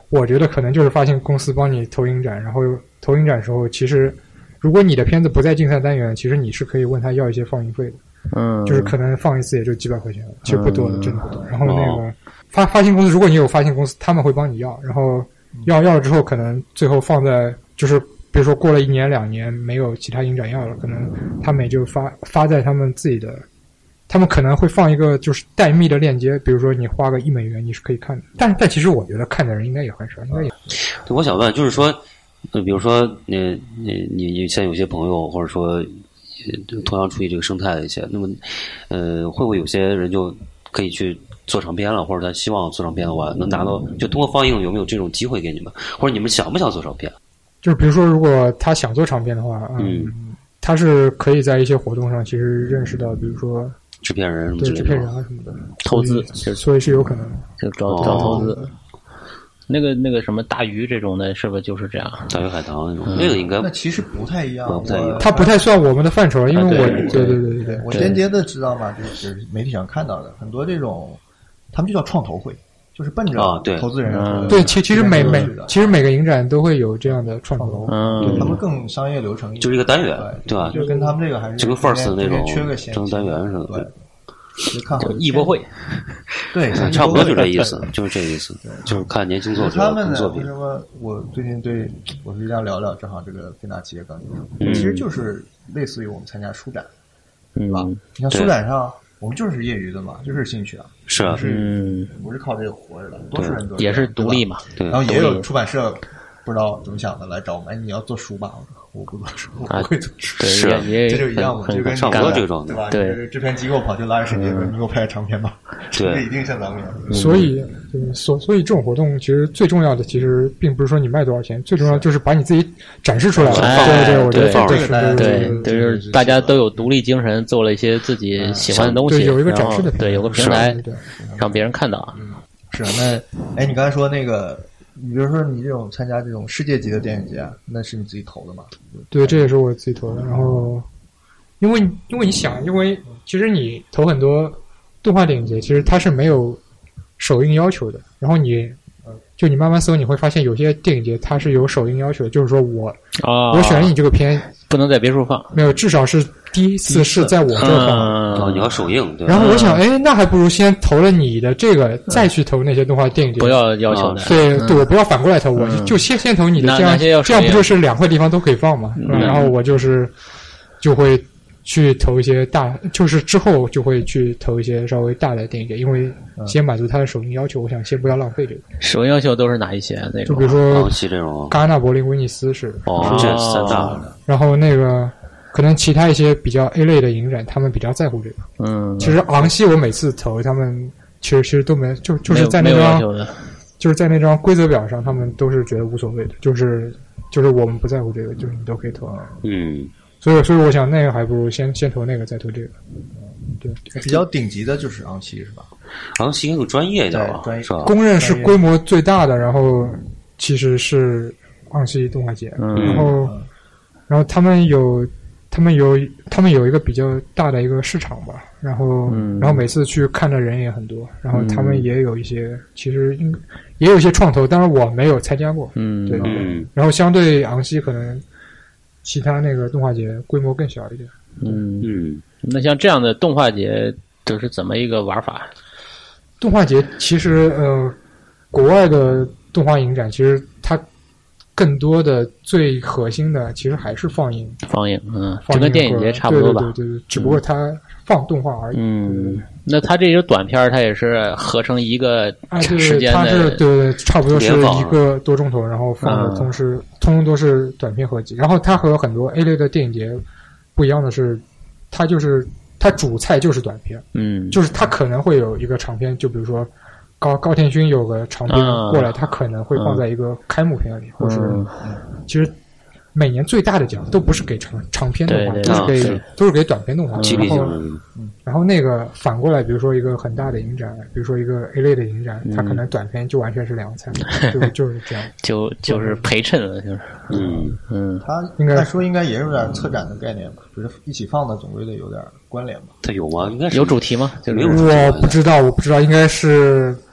我觉得可能就是发行公司帮你投影展，然后投影展的时候，其实如果你的片子不在竞赛单元，其实你是可以问他要一些放映费的。 嗯， 就是可能放一次也就几百块钱，其实不多的，真的不多。然后那个发发行公司，如果你有发行公司，他们会帮你要，然后要要了之后，可能最后放在就是比如说过了一年两年没有其他影展要了，可能他们也就发发在他们自己的，他们可能会放一个就是代密的链接，比如说你花个一美元你是可以看的，但但其实我觉得看的人应该也很少，应该也。 对，我想问，就是说，呃，比如说你你你你像有些朋友或者说。同样处于这个生态的一些，那么，呃，会不会有些人就可以去做长片了，或者他希望做长片的话，能达到就通过放映有没有这种机会给你们，或者你们想不想做长片？ 就是比如说，如果他想做长片的话，嗯，嗯他是可以在一些活动上其实认识到，比如说制片人什么对之类的， 制片人啊什么的， 投资， 所以是有可能的， 就找找投资。哦那个那个什么大鱼这种的，是不是就是这样？ 大鱼海棠那种，那个应该那其实不太一样， 不太一样。 它不太算我们的范畴，因为我对对对对， 我间接的知道嘛，就是媒体上看到的很多这种，他们就叫创投会，就是奔着投资人啊，对，其其实每每其实每个影展都会有这样的创投， 嗯，他们更商业流程， 就是一个单元，对吧？ 就跟他们这个还是就跟 First 那种缺个成单元似的，对。 就看好艺博会， 对， 差不多就这意思，就是这意思，就是看年轻作者他们作品。 为什么我最近对我是要聊聊，正好这个菲纳企业刚进，其实就是类似于我们参加书展，对吧？你看书展上，我们就是业余的嘛，就是兴趣啊， 是啊， 是不是靠这个活着的？多数人都也是独立嘛， 然后也有出版社不知道怎么想的来找我们，哎，你要做书吧？我不做书，我不会做书， 是这就一样嘛，就跟差不多这个状态， 对吧？ 对， 制片机构跑去拉着审计说：“你给我拍个长片吧。”这一定像咱们一样。 所以，所所以这种活动其实最重要的，其实并不是说你卖多少钱，最重要就是把你自己展示出来。对对，我觉得这个对，就是大家都有独立精神，做了一些自己喜欢的东西， 有一个展示的， 对，有个平台让别人看到。 是啊，那哎，你刚才说那个。你比如说，你这种参加这种世界级的电影节，那是你自己投的吗？ 对，这也是我自己投的。然后，因为因为你想，因为其实你投很多动画电影节，其实它是没有首映要求的。然后你就你慢慢搜，你会发现有些电影节它是有首映要求的，就是说我、 哦、 我选了你这个片， 不能在别处放， 没有，至少是第一次是在我这儿放。 哦，你要首映。对。 然后我想，哎，那还不如先投了你的这个，再去投那些动画电影节。 不要要求的。 对、嗯、对，我不要反过来投，我就就先先投你的，这样这样不就是两块地方都可以放嘛？嗯、然后我就是就会去投一些大，就是之后就会去投一些稍微大的电影节，因为先满足他的首映要求，我想先不要浪费这个。 首映要求都是哪一些？那就比如说这种戛纳、柏林、威尼斯是哦，这三大。 然后那个。可能其他一些比较 A 类的影展，他们比较在乎这个。 嗯， 其实昂西我每次投，他们其实其实都没就就是在那张就是在那张规则表上，他们都是觉得无所谓的，就是就是我们不在乎这个，就是你都可以投。 嗯， 所以所以我想那个还不如先先投那个，再投这个。对， 比较顶级的就是昂西是吧？ 昂西更专业一点吧， 专业是吧？ 公认是规模最大的，然后其实是昂西动画节， 嗯、 然后然后他们有。他们有他们有一个比较大的一个市场吧，然后、 嗯、 然后每次去看的人也很多，然后他们也有一些、嗯、其实应也有一些创投，当然我没有参加过， 嗯， 对， 嗯， 然后相对昂西可能其他那个动画节规模更小一点， 嗯嗯，那像这样的动画节这是怎么一个玩法？ 动画节其实呃，国外的动画影展其实它。更多的最核心的其实还是放映， 放映，嗯，就跟电影节差不多吧， 对对 对, 对, 对，只不过它放动画而已。 嗯，那它这些短片，它也是合成一个时间的， 它是对对，差不多是一个多钟头，然后放的同时，嗯、通通都是短片合集。然后它和很多 A 类的电影节不一样的是，它就是它主菜就是短片， 嗯， 就是它可能会有一个长片，就比如说。高高田勋有个长片过来，他、嗯、可能会放在一个开幕片里， 嗯、 或是、嗯、其实每年最大的奖都不是给长长片动画， 对对都是给、 啊、 都是给短片动画。 然后，嗯，然后那个反过来，比如说一个很大的影展，比如说一个 A 类的影展，它、嗯、可能短片就完全是两个菜，就就是这样， 就就是陪衬了，就是， 嗯嗯， 他应该说应该也有点策展的概念吧，就是一起放的总归得有点关联吧？ 它有吗？应该是有主题吗？就是我不知道，我不知道，应该是。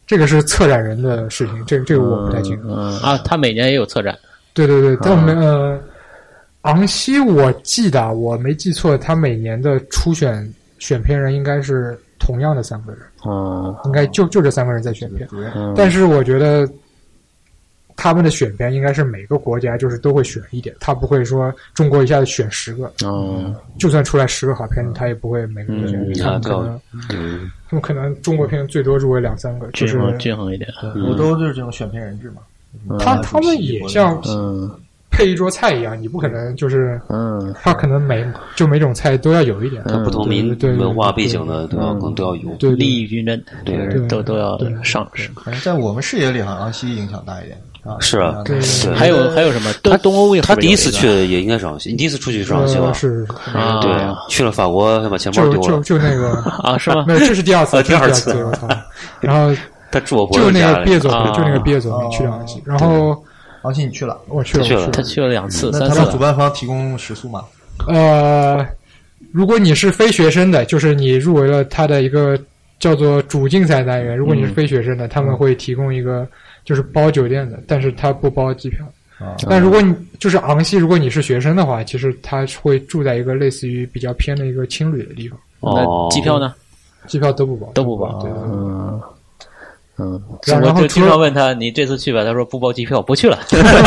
这个是策展人的事情，这个这个我不太清楚。 嗯啊，他每年也有策展。 对对对，但我们、嗯、呃，昂西我记得我没记错，他每年的初选选片人应该是同样的三个人。嗯，应该就就这三个人在选片。嗯，但是我觉得他们的选片应该是每个国家就是都会选一点，他不会说中国一下子选十个。嗯，就算出来十个好片，他也不会每个都选。他们可能，嗯，他们可能中国片最多入围两三个，就是均衡一点。 欧洲就是这种选片人制嘛。 嗯、他他们也像配一桌菜一样，你不可能就是嗯，他可能每就每种菜都要有一点， 嗯、不同民文化背景的都要可能都要有， 对利益均真， 对都都要上市。 反正在我们视野里，好像昂西影响大一点。 是啊， 对， 还有还有什么？他东欧他第一次去的也应该是昂西，你第一次出去是昂西吧？ 是啊， 对，去了法国还把钱包丢了， 就就那个啊，是吗？ 没有，这是第二次， 第二次， 然后他住我就那个毕业走，就那个毕业走去了昂西，然后昂西你去了， 我去了， 去了， 他去了两次， 那他们主办方提供食宿吗？ 呃，如果你是非学生的，就是你入围了他的一个叫做主竞赛单元，如果你是非学生的，他们会提供一个。就是包酒店的，但是他不包机票。啊、但如果你就是昂西，如果你是学生的话，其实他会住在一个类似于比较偏的一个青旅的地方。 哦，那机票呢？ 机票都不包， 都不包。 对， 嗯嗯。 然后我就经常问他：“你这次去吧？”他说：“不包机票，不去了。”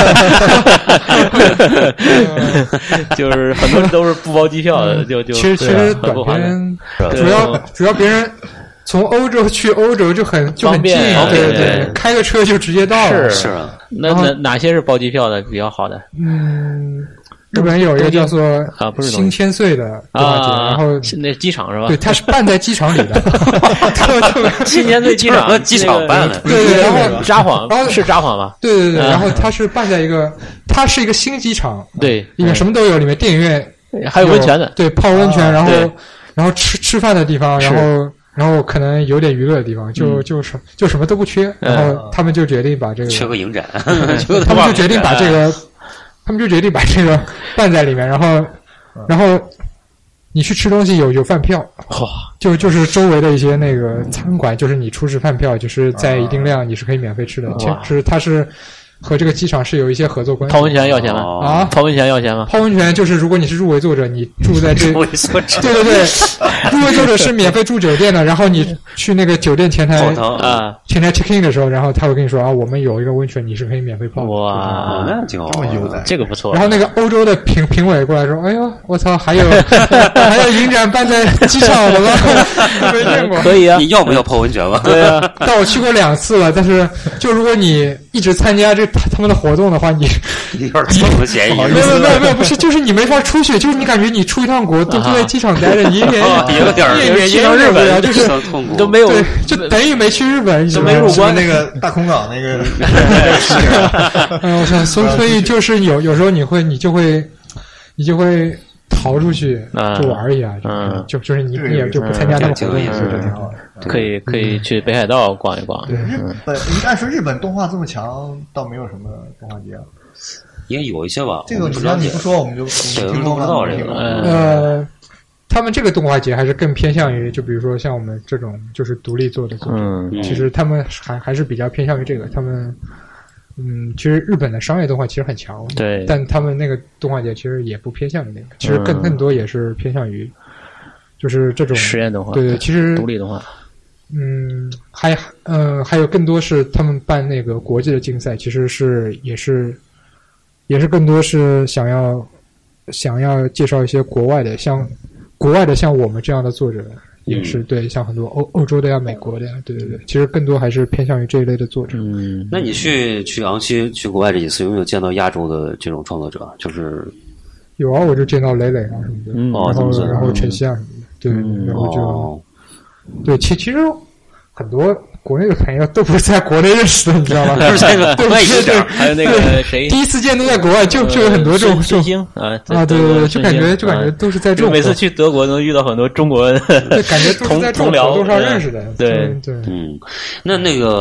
就是很多人都是不包机票的，就就其实其实短片主要主要别人。从欧洲去欧洲就很就很近，对对对，开个车就直接到了。 是啊，那哪哪些是包机票的比较好的？ 嗯，日本有一个叫做啊，不是新千岁的动画节，然后那机场是吧？ 对，它是办在机场里的。 新千岁机场， 机场办的。 对对，然后札幌，然后是札幌吧？ 对对对，然后它是办在一个，它是一个新机场， 对， 里面什么都有，里面电影院还有温泉的， 对，泡温泉，然后然后吃吃饭的地方，然后。然后可能有点娱乐的地方，就就什就什么都不缺，然后他们就决定把这个缺个影展， 他们就决定把这个，他们就决定把这个办在里面，然后然后你去吃东西有有饭票，就就是周围的一些那个餐馆，就是你出示饭票，就是在一定量你是可以免费吃的，其实它是。和这个机场是有一些合作关系。 泡温泉要钱吗？啊，泡温泉要钱吗？ 泡温泉就是如果你是入围作者，你住在这， 入围作者， 对对对，入围作者是免费住酒店的。然后你去那个酒店前台啊，前台 check in 的时候，然后他会跟你说啊，我们有一个温泉，你是可以免费泡。 哇， 那挺好， 这么优待， 这个不错。 然后那个欧洲的评评委过来说，哎呦，我操，还有还有影展办在机场的吗？没见过。 可以啊， 你要不要泡温泉吗？ 对啊， 但我去过两次了，但是就如果你一直参加这。他们的活动的话，你有点蹭的嫌疑。 没有没有没有，不是，就是你没法出去，就是你感觉你出一趟国都都在机场待着，你也有点也也去趟日本啊，就是都没有， 就等于没去日本， 都没入关那个大空港那个。 哎，我操，所所以就是有有时候你会你就会你就会逃出去就玩一下，就就是你你也就不参加那个活动，也是这挺好的。 可以可以去北海道逛一逛。 对，日本按说日本动画这么强，倒没有什么动画节。 也有一些吧。 这个只要你不说，我们就听不到这个。 呃，他们这个动画节还是更偏向于，就比如说像我们这种就是独立做的作品，嗯，其实他们还还是比较偏向于这个。他们嗯，其实日本的商业动画其实很强， 对， 但他们那个动画节其实也不偏向于那个，其实更更多也是偏向于就是这种实验动画。 对对，其实独立动画。 嗯，还嗯、呃，还有更多是他们办那个国际的竞赛，其实是也是也是更多是想要想要介绍一些国外的，像国外的像我们这样的作者，也是、嗯、对，像很多欧欧洲的呀、美国的呀，对对对，其实更多还是偏向于这一类的作者。 嗯， 那你去去昂西去国外这几次，有没有见到亚洲的这种创作者？就是有啊，我就见到磊磊啊什么的， 嗯、 然后、哦、然后晨曦啊什么的，对，嗯、然后就。哦对，其其实很多国内的朋友都不是在国内认识的，你知道吗？ 都是在国外认识。 还有那个谁， 第一次见都在国外，就就有很多这种新星啊啊，对对对，就感觉就感觉都是在这种。 每次去德国能遇到很多中国人， 对，感觉都是在这种活动上认识的。 对对， 嗯，那那个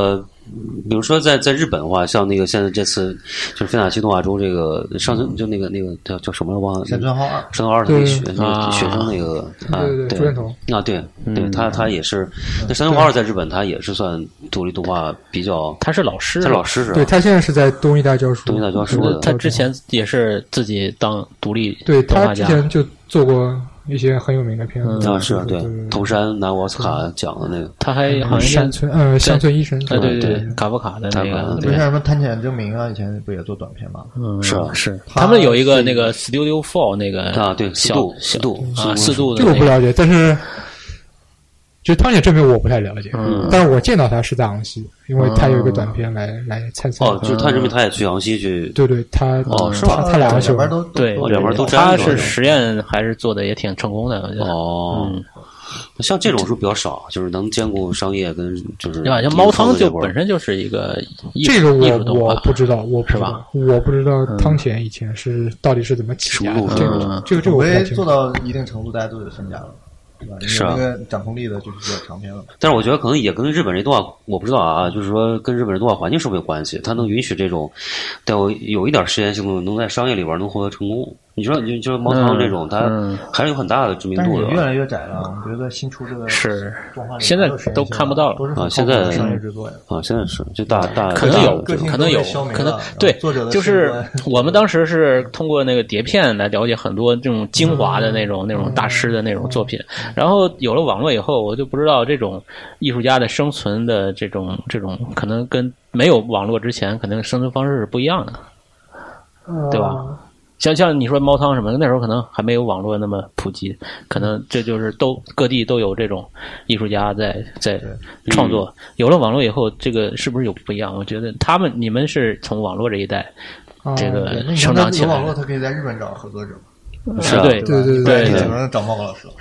比如说在在日本的话，像那个现在这次就是费纳奇动画中这个上村就那个那个叫叫什么了忘了， 山村浩二， 山村浩二的那个学那学生那个啊， 对对对，朱彦彤啊，对对，他他也是，那山村浩二在日本他也是算独立动画比较， 他是老师， 他老师是吧？ 对他现在是在东艺大教书， 东艺大教书的， 他之前也是自己当独立对动画家， 他之前就做过一些很有名的片子啊，是对桐山拿奥斯卡奖的那个， 他还好像山村呃乡村医生， 对对对，卡夫卡的那个， 不是像什么探险证明啊，以前不也做短片吗？ 嗯， 是是，他们有一个那个 Studio Four 那个啊，对，四度四度啊四度的， 这个我不了解，但是。其实汤浅证明我不太了解，嗯，但是我见到他是在昂西，因为他有一个短片来、嗯、来参赛。 哦，就是汤浅证明他也去昂西去， 对对，他哦是吧？他两个两边都对， 两边都他是实验还是做的也挺成功的，我觉得。 哦，嗯、像这种是比较少，就是能兼顾商业跟就是对吧？像猫汤就本身就是一个这个我我不知道，我不知道，我不知道汤浅以前是到底是怎么起家的，这个这个这个我不做到一定程度，大家都有身价了。 是啊， 那个掌控力的就是比较长篇了。 但是我觉得可能也跟日本人动画，我不知道啊，就是说跟日本人动画环境是不是有关系？它能允许这种带有有一点实验性的，能在商业里边能获得成功。你说，你就是猫汤这种，它还是有很大的知名度的。 但是越来越窄了，我觉得新出这个是现在都看不到了啊！ 现在商业制作呀啊，现在是就大大可能有，可能有，可能对，就是我们当时是通过那个碟片来了解很多这种精华的那种那种大师的那种作品，然后有了网络以后，我就不知道这种艺术家的生存的这种这种可能跟没有网络之前可能生存方式是不一样的，对吧？像像你说猫汤什么的，那时候可能还没有网络那么普及，可能这就是都各地都有这种艺术家在在创作。嗯、有了网络以后，这个是不是有不一样？我觉得他们你们是从网络这一代、啊、这个成长起来的。 有网络，他可以在日本找合作者。 是啊，对对对对， 只能找茂高老师了。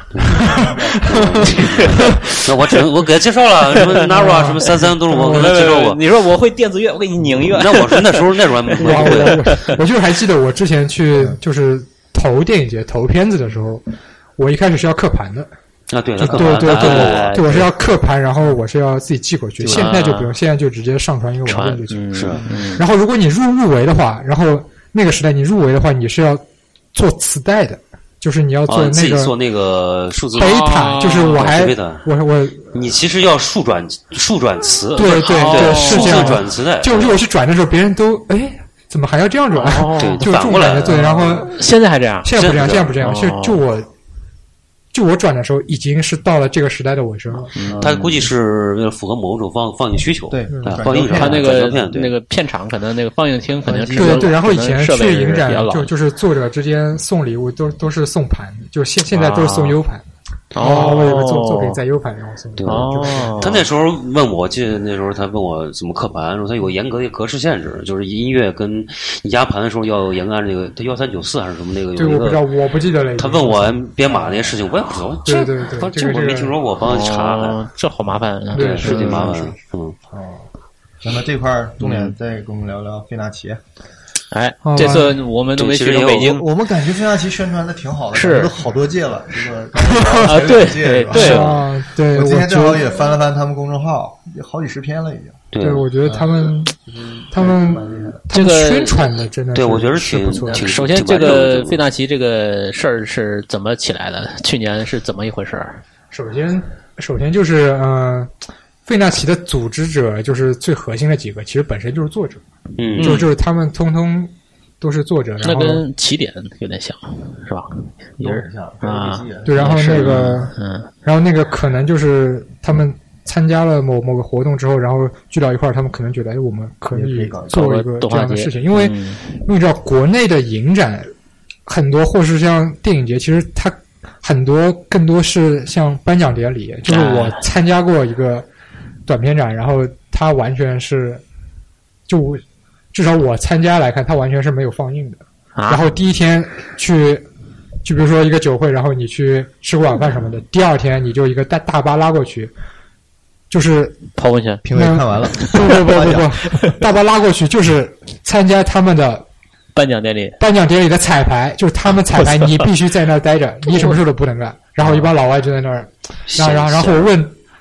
那我只我给他介绍了，什么 Nara 什么三三都是我给他介绍过。 你说我会电子乐，我给你拧一个。 那我说那时候那时候还没会。 我我就还记得我之前去就是投电影节投片子的时候，我一开始是要刻盘的。 啊，对， 对对对对，对我是要刻盘，然后我是要自己寄过去。现在就不用，现在就直接上传一个文件就行。 是。 然后如果你入入围的话，然后那个时代你入围的话，你是要做磁带的，就是你要做那个、哦、 自己做那个数字贝塔，就是我还我我你其实要竖转竖转磁， 对对对， 对是这样转磁带。 就如果是转的时候，别人都哎怎么还要这样转？ 哦、 就反过来对，然后现在还这样， 现在不这样，现在不这样。 哦、 就就我就我转的时候，已经是到了这个时代的尾声了。 嗯、他估计是为了符合某种放放映需求， 对， 啊、放映他那个片那个片场可能那个放映厅肯定是对对。然后以前去影展就就是作者之间送礼物都都是送盘，就现现在都是送 U 盘。 哦， 我有个作作品在 U 盘上送。 对， 哦， 他那时候问我，我记得那时候他问我怎么刻盘，说他有严格的格式限制，就是音乐跟你压盘的时候要严格按这个，他幺三九四还是什么那个？ 对，我不知道，我不记得了。 他问我编码那些事情，我也不知道。 对对对， 这我没听说过，帮他查。 哦，这好麻烦， 对，是挺麻烦。嗯。 哦，那么这块重点再跟我们聊聊费纳奇。 哎，这次我们都没去北京。 我们感觉费纳奇宣传的挺好的， 是都好多届了。这个啊，对对对啊，对。 我今天正好也翻了翻他们公众号，好几十篇了已经。 对，我觉得他们他们这个宣传的真的对，我觉得是不错。 首先，这个费纳奇这个事儿是怎么起来的？去年是怎么一回事儿？ 首先，首先就是嗯。费纳奇的组织者就是最核心的几个，其实本身就是作者， 嗯， 就就是他们通通都是作者。 那跟起点有点像，是吧？ 也是像啊， 对，然后那个， 嗯， 然后那个可能就是他们参加了某某个活动之后，然后聚到一块儿，他们可能觉得，哎，我们可以做一个这样的事情，因为、嗯、因为你知道国内的影展很多，或是像电影节，其实它很多更多是像颁奖典礼，就是我参加过一个短片展，然后它完全是，就至少我参加来看，它完全是没有放映的。啊、然后第一天去，就比如说一个酒会，然后你去吃个晚饭什么的，第二天你就一个大大巴拉过去，就是跑过去， 评委看完了， 不不不不不，大巴拉过去就是参加他们的颁奖典礼， 颁奖典礼的彩排，就是他们彩排，你必须在那儿待着，你什么事都不能干。然后一帮老外就在那儿，然后然后然后我问。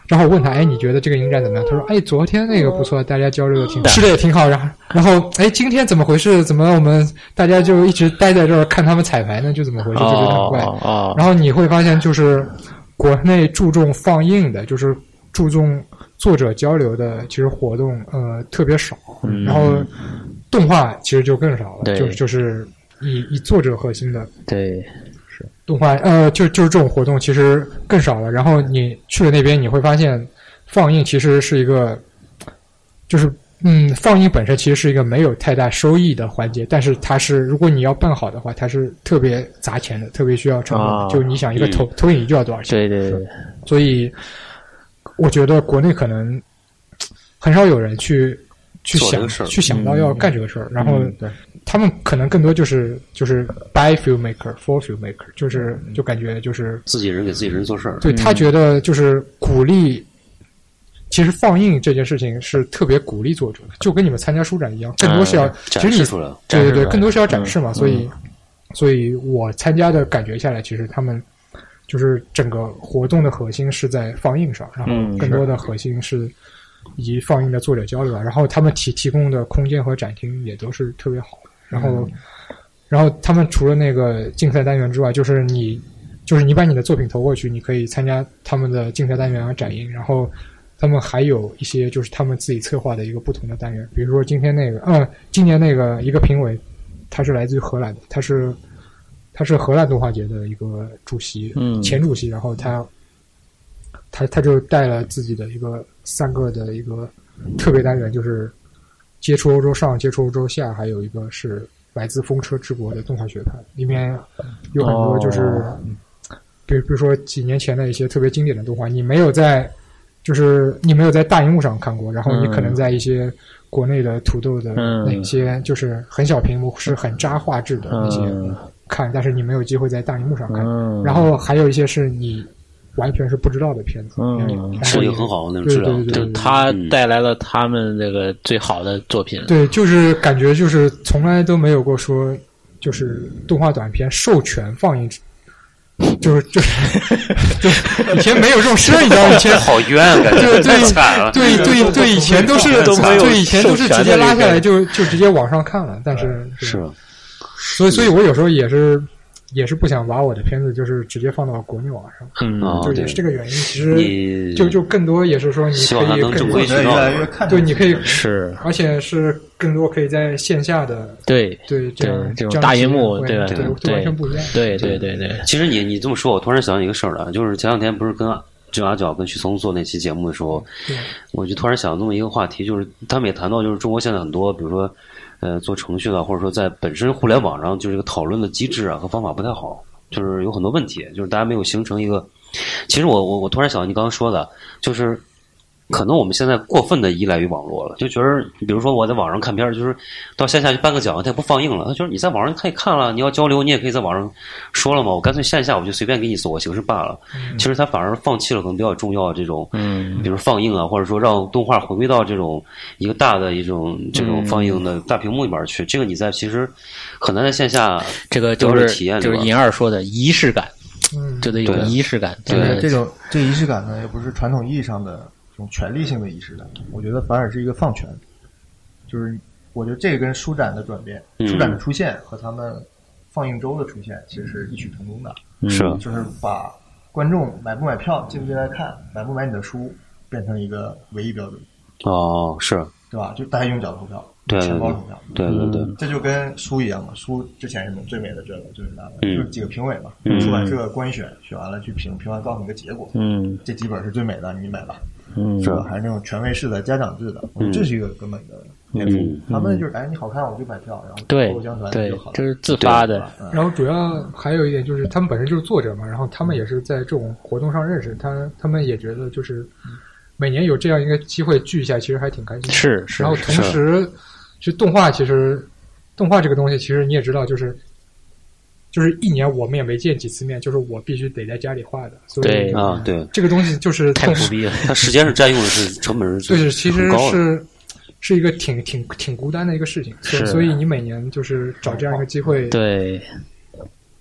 然后我问他，哎，你觉得这个影展怎么样？他说，哎，昨天那个不错，大家交流的挺，吃的也挺好。然后，然后，哎，今天怎么回事？怎么我们大家就一直待在这儿看他们彩排呢？就怎么回事？就觉得很怪。 哦。 然后你会发现，就是国内注重放映的，就是注重作者交流的，其实活动呃特别少。 嗯。 然后动画其实就更少了， 对， 就就是以以作者核心的。 对。 动画呃，就就是这种活动其实更少了。然后你去了那边，你会发现，放映其实是一个，就是嗯，放映本身其实是一个没有太大收益的环节，但是它是如果你要办好的话，它是特别砸钱的，特别需要成本。 啊、 就你想一个投、嗯、投影仪就要多少钱？ 对对对。 所以我觉得国内可能很少有人去去想去想到要干这个事儿， 嗯、 然后。 嗯对。他们可能更多就是就是 by filmmaker for filmmaker， 就是就感觉就是自己人给自己人做事儿。 对，他觉得就是鼓励，其实放映这件事情是特别鼓励作者的，就跟你们参加书展一样，更多是要、 嗯、 其实你展示出来， 对对对，更多是要展示嘛。 嗯、 所以，所以我参加的感觉下来，其实他们就是整个活动的核心是在放映上，然后更多的核心是以及放映的作者交流，然后他们提提供的空间和展厅也都是特别好的。然后，嗯、然后他们除了那个竞赛单元之外，就是你，就是你把你的作品投过去，你可以参加他们的竞赛单元和展映。然后，他们还有一些就是他们自己策划的一个不同的单元，比如说今天那个，嗯，今年那个一个评委，他是来自于荷兰的，他是他是荷兰动画节的一个主席， 嗯， 前主席。然后他他他就带了自己的一个三个的一个特别单元，就是。接触欧洲上，接触欧洲下，还有一个是来自风车之国的动画学派，里面有很多就是， 哦、 比如比如说几年前的一些特别经典的动画，你没有在，就是你没有在大荧幕上看过，然后你可能在一些国内的土豆的那些就是很小屏幕是很渣画质的那些看，但是你没有机会在大荧幕上看， 嗯、 然后还有一些是你。完全是不知道的片子， 嗯， 摄影很好那种质量， 就他带来了他们这个最好的作品。 对，就是感觉就是从来都没有过说，就是动画短片授权放映，就是就是就以前没有这种事，你知道吗？以前好冤啊，感觉太惨了。 对对对对，以前都是都没有， 对以前都是直接拉下来就就直接往上看了，但是是， 所以所以我有时候也是。也是不想把我的片子就是直直接放到国内网上， 嗯， 就也是这个原因。其实就就更多也是说，你可以更多越来越看， 对，你可以是， 而且是更多可以在线下的， 对对这样这种大荧幕，对吧？ 对，完全不一样。 对对对对。 其实你你这么说，我突然想起一个事儿来，就是前两天不是跟就阿角跟许嵩做那期节目的时候，我就突然想这么一个话题，就是他们也谈到，就是中国现在很多，比如说呃做程序的，或者说在本身互联网上，就是这个讨论的机制啊和方法不太好。就是有很多问题，就是大家没有形成一个。其实我我我突然想到你刚刚说的，就是可能我们现在过分的依赖于网络了，就觉得比如说我在网上看片儿，就是到线下去颁个奖，他也不放映了，他就是你在网上可以看了，你要交流你也可以在网上说了嘛，我干脆线下我就随便给你走个形式罢了。嗯、其实他反而放弃了可能比较重要的这种，嗯，比如放映啊，或者说让动画回归到这种一个大的一种这种放映的大屏幕里边去，嗯、这个你在其实很难在线下这个就是体验， 就是尹二说的仪式感， 嗯， 就得有仪式感。 对，这种这仪式感呢，也不是传统意义上的这种权力性的仪式感，我觉得反而是一个放权。就是我觉得这个跟书展的转变、嗯、书展的出现和他们放映周的出现其实是异曲同工的。 是， 就是把观众买不买票、进不进来看、买不买你的书变成一个唯一标准。 哦，是， 对吧？就大家用脚投票。 对钱包投票， 对对对， 这就跟书一样嘛。书之前什么最美的这个最伟大的， 嗯、 就是几个评委嘛， 嗯、 出版社官选，选完了去评，评完告诉你个结果， 嗯， 这几本是最美的，你买吧， 嗯， 是吧？还是那种权威式的家长制的，嗯、这是一个根本的天赋。 嗯、 他们就是哎，你好看我就买票，然后对口相传对就好了， 这是自发的。 然后主要还有一点就是他们本身就是作者嘛，然后他们也是在这种活动上认识他，他们也觉得就是每年有这样一个机会聚一下，其实还挺开心的。 是是， 然后同时。其实动画其实，动画这个东西其实你也知道，就是就是一年我们也没见几次面，就是我必须得在家里画的，所以对啊对， 这个东西就是太苦逼了， 它时间是占用的是成本是最对，其实是是一个挺挺挺孤单的一个事情，所以所以你每年就是找这样一个机会， 对，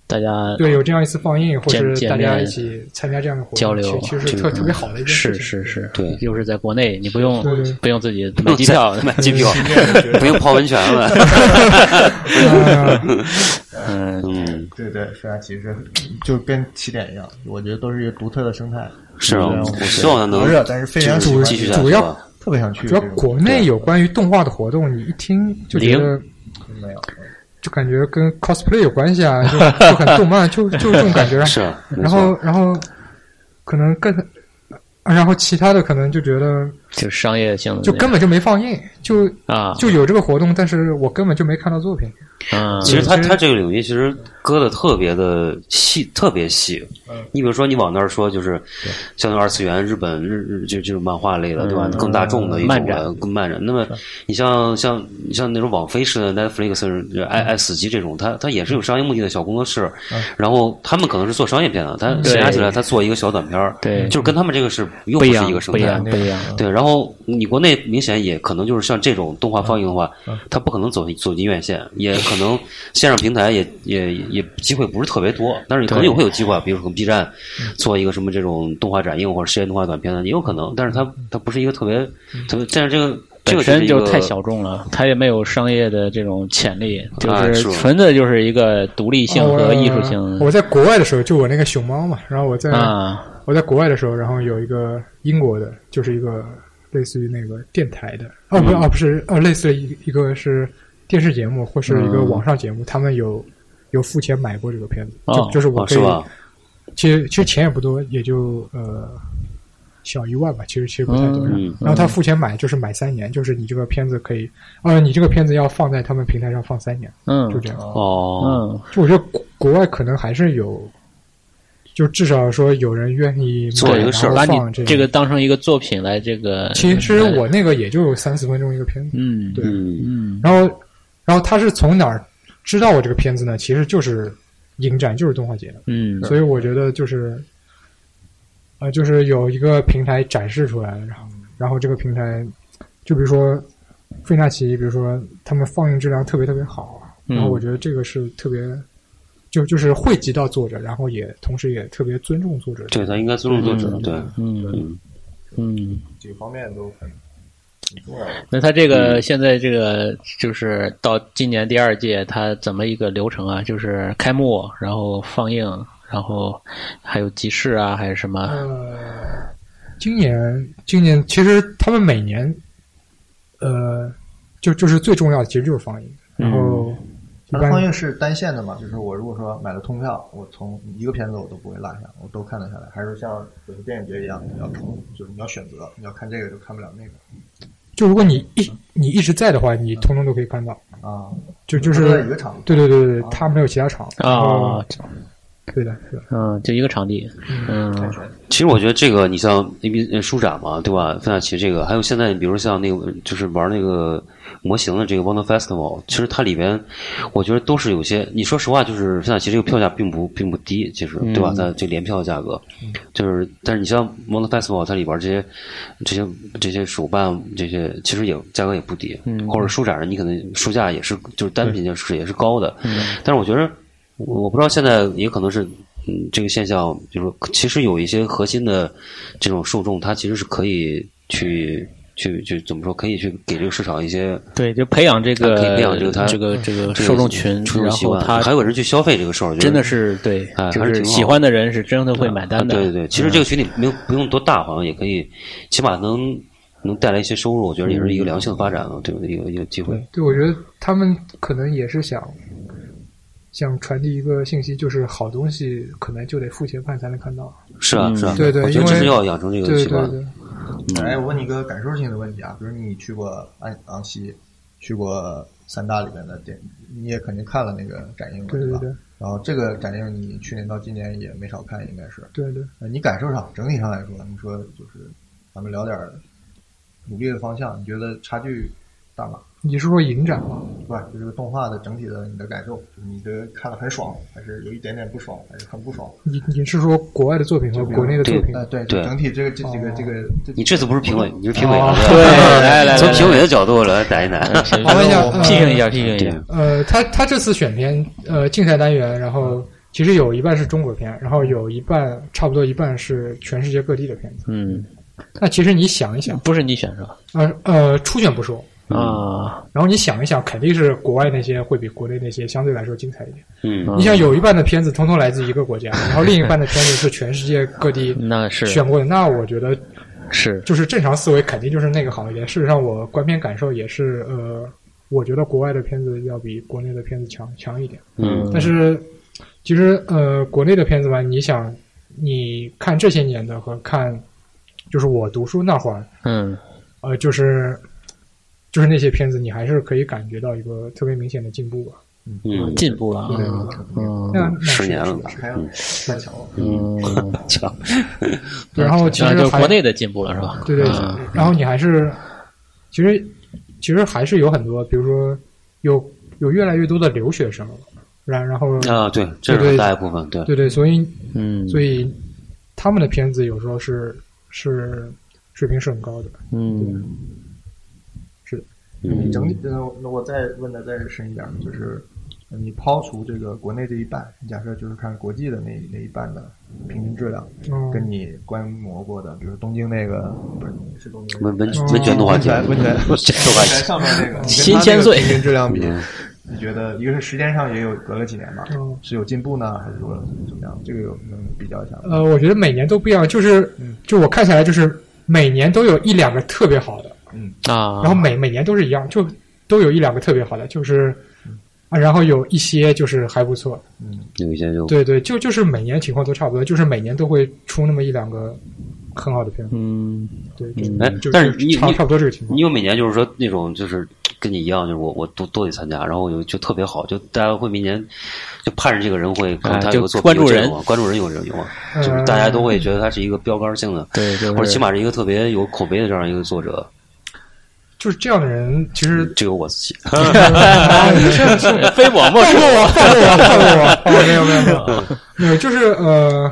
大家对有这样一次放映，或者大家一起参加这样的活动交流， 其实是特特别好的一件事情。 是是是， 对， 就是在国内你不用对对不用自己买机票， 买机票，不用泡温泉了。 嗯嗯， 对对，非常其实就跟起点一样，我觉得都是一个独特的生态。 是啊，我希望它能热，但是非常主继续下去， 主要特别想去。 主要国内有关于动画的活动，你一听就觉得没有。 就感觉跟 cosplay 有关系啊，就就很动漫，就就这种感觉。 是， 然后然后可能更，然后其他的可能就觉得就商业性的， 就根本就没放映，就啊就有这个活动，但是我根本就没看到作品。 嗯， 其实他他这个领域其实割的特别的细，特别细。你比如说，你往那儿说，就是像二次元、日本日日就就是漫画类的，对吧？更大众的一种的，更漫展。那么你像像像那种网飞式的 Netflix、爱爱死机这种，它它也是有商业目的的小工作室，然后他们可能是做商业片的，他闲暇起来他做一个小短片儿， 对， 就是跟他们这个是又不是一个生态， 不一样。 对，然后你国内明显也可能就是像这种动画放映的话，它不可能走走进院线，也可能线上平台也也也机会不是特别多，但是可能也会有机会，比如说 B 站做一个什么这种动画展映或者实验动画短片的，也有可能，但是它它不是一个特别特别，但是这个这个本身就太小众了，它也没有商业的这种潜力， 啊、 就是纯的就是一个独立性和艺术性。 哦、我, 我在国外的时候，就我那个熊猫嘛，然后我在、 啊、 我在国外的时候，然后有一个英国的，就是一个类似于那个电台的，哦不、嗯、哦不是，呃类似于一一个是电视节目或是一个网上节目，嗯、他们有有付钱买过这个片子， 哦、 就就是我可以， 哦、 其实其实钱也不多，也就呃。小一万吧，其实其实不太多。 嗯、 然后他付钱买，就是买三年，就是你这个片子可以，呃，你这个片子要放在他们平台上放三年， 嗯， 就这样。 哦， 嗯， 就我觉得国国外可能还是有，就至少说有人愿意做一个事儿， 把你这这个当成一个作品来这个。 其实我那个也就三四分钟一个片子， 嗯， 对， 嗯， 然后，然后他是从哪儿知道我这个片子呢？其实就是影展，就是动画节， 嗯， 所以我觉得就是。呃，就是有一个平台展示出来，然后，然后这个平台，就比如说费纳奇，比如说他们放映质量特别特别好，然后我觉得这个是特别，就就是惠及到作者，然后也同时也特别尊重作者。 对，他应该尊重作者， 嗯、 对， 嗯嗯嗯， 几个方面都很很重要。 那他这个现在这个就是到今年第二届，他怎么一个流程啊？就是开幕，然后放映。然后还有集市啊，还是什么？ 呃，今年今年其实他们每年，呃，就就是最重要的其实就是放映。然后， 它的放映是单线的嘛？就是我如果说买了通票，我从一个片子我都不会落下，我都看得下来。还是像有些电影节一样，你要重，就是你要选择，你要看这个就看不了那个。 就如果你一你一直在的话，你通通都可以看到啊。 就就是一个场， 对对对对，它没有其他场啊。 对的，是的， 嗯，就一个场地，嗯。 其实我觉得这个，你像 A B 书展嘛，对吧？费纳奇这个，还有现在，比如像那个，就是玩那个模型的这个 Wonder Festival， 其实它里边，我觉得都是有些。你说实话，就是费纳奇这个票价并不并不低，其实对吧？它这联票的价格，就是，但是你像 Wonder Festival， 它里边这些这些这些手办这些，其实也价格也不低， 嗯， 或者书展上你可能书价也是就是单品就是也是高的，嗯，但是我觉得。我不知道现在也可能是，嗯，这个现象就是说，其实有一些核心的这种受众，它其实是可以去去去怎么说，可以去给这个市场一些对，就培养这个可以培养这个它这个这个受众群，然后他还有人去消费这个事儿， 真的是对， 哎， 就是喜欢的人是真的会买单的。 对对对，其实这个群体没有不用多大，好像也可以，起码能能带来一些收入，我觉得也是一个良性的发展了，对不对？一个一个机会。 对，我觉得他们可能也是想。想传递一个信息，就是好东西可能就得付钱看才能看到。 是啊，是啊， 对对， 我觉得这是要养成这个习惯。 对对对。 哎，我问你一个感受性的问题啊，比如你去过安昂西，去过三大里面的电影，你也肯定看了那个展映了， 对对对。 然后这个展映你去年到今年也没少看，应该是。 对对。 呃，你感受上整体上来说，你说就是咱们聊点努力的方向，你觉得差距大吗？ 你是说影展吗？ 对吧？就这个动画的整体的你的感受，你的看得很爽，还是有一点点不爽，还是很不爽？ 你你是说国外的作品和国内的作品？ 呃，对对， 整体这个这几个这个， 你这次不是评委，你是评委了， 对，来来， 从评委的角度来打一打， 好问一下， 批评一下，批评一下。 呃，他他这次选片，呃，竞赛单元，然后其实有一半是中国片，然后有一半差不多一半是全世界各地的片子。 嗯， 那其实你想一想， 不是你选是吧？ 呃呃，初选不说啊， 然后你想一想，肯定是国外那些会比国内那些相对来说精彩一点。 嗯， 你想有一半的片子通通来自一个国家，然后另一半的片子是全世界各地那是选过的，那我觉得是就是正常思维肯定就是那个好一点。事实上，我观片感受也是呃，我觉得国外的片子要比国内的片子强强一点。 嗯， 但是其实呃，国内的片子吧，你想你看这些年的和看就是我读书那会儿， 嗯， 呃，就是就是那些片子，你还是可以感觉到一个特别明显的进步吧。 嗯， 进步了， 对嗯嗯， 那那十年了， 打开了断桥， 嗯， 强， 然后其实就还国内的进步了是吧？ 对对， 嗯然后你还是其实其实还是有很多，比如说有有越来越多的留学生了，然然后啊，对，这是很大一部分，对对对，所以嗯， 所以他们的片子有时候是是水平是很高的。 嗯， 是的。 你整体，呃，那我再问的再深一点，就是你抛除这个国内这一半，假设就是看国际的那那一半的平均质量， 嗯、 跟你观摩过的，比如东京那个不是是东京温温温泉动画节， 温泉温泉上面那个新千岁平均质量比，你觉得一个是时间上也有隔了几年吧？ 嗯， 是有进步呢，还是说怎么样？这个有能比较一下吗？ 呃，我觉得每年都不一样，就是就我看下来，就是每年都有一两个特别好的， 嗯啊， 然后每每年都是一样，就都有一两个特别好的，就是啊，然后有一些就是还不错， 嗯， 有一些就对对，就就是每年情况都差不多，就是每年都会出那么一两个很好的片子， 嗯， 对， 哎就， 但是你你差差不多这个情况。 你有每年就是说那种就是跟你一样，就是我我都都得参加，然后有就特别好，就大家会明年就盼着这个人会可能他有个作品关注人， 关注人有人有啊，就是大家都会觉得他是一个标杆性的， 对，就是或者起码是一个特别有口碑的这样一个作者。 就是这样的人，其实只有我自己。 非我莫属， 放过我，放过我，放过我，没有没有没有，没有，就是呃，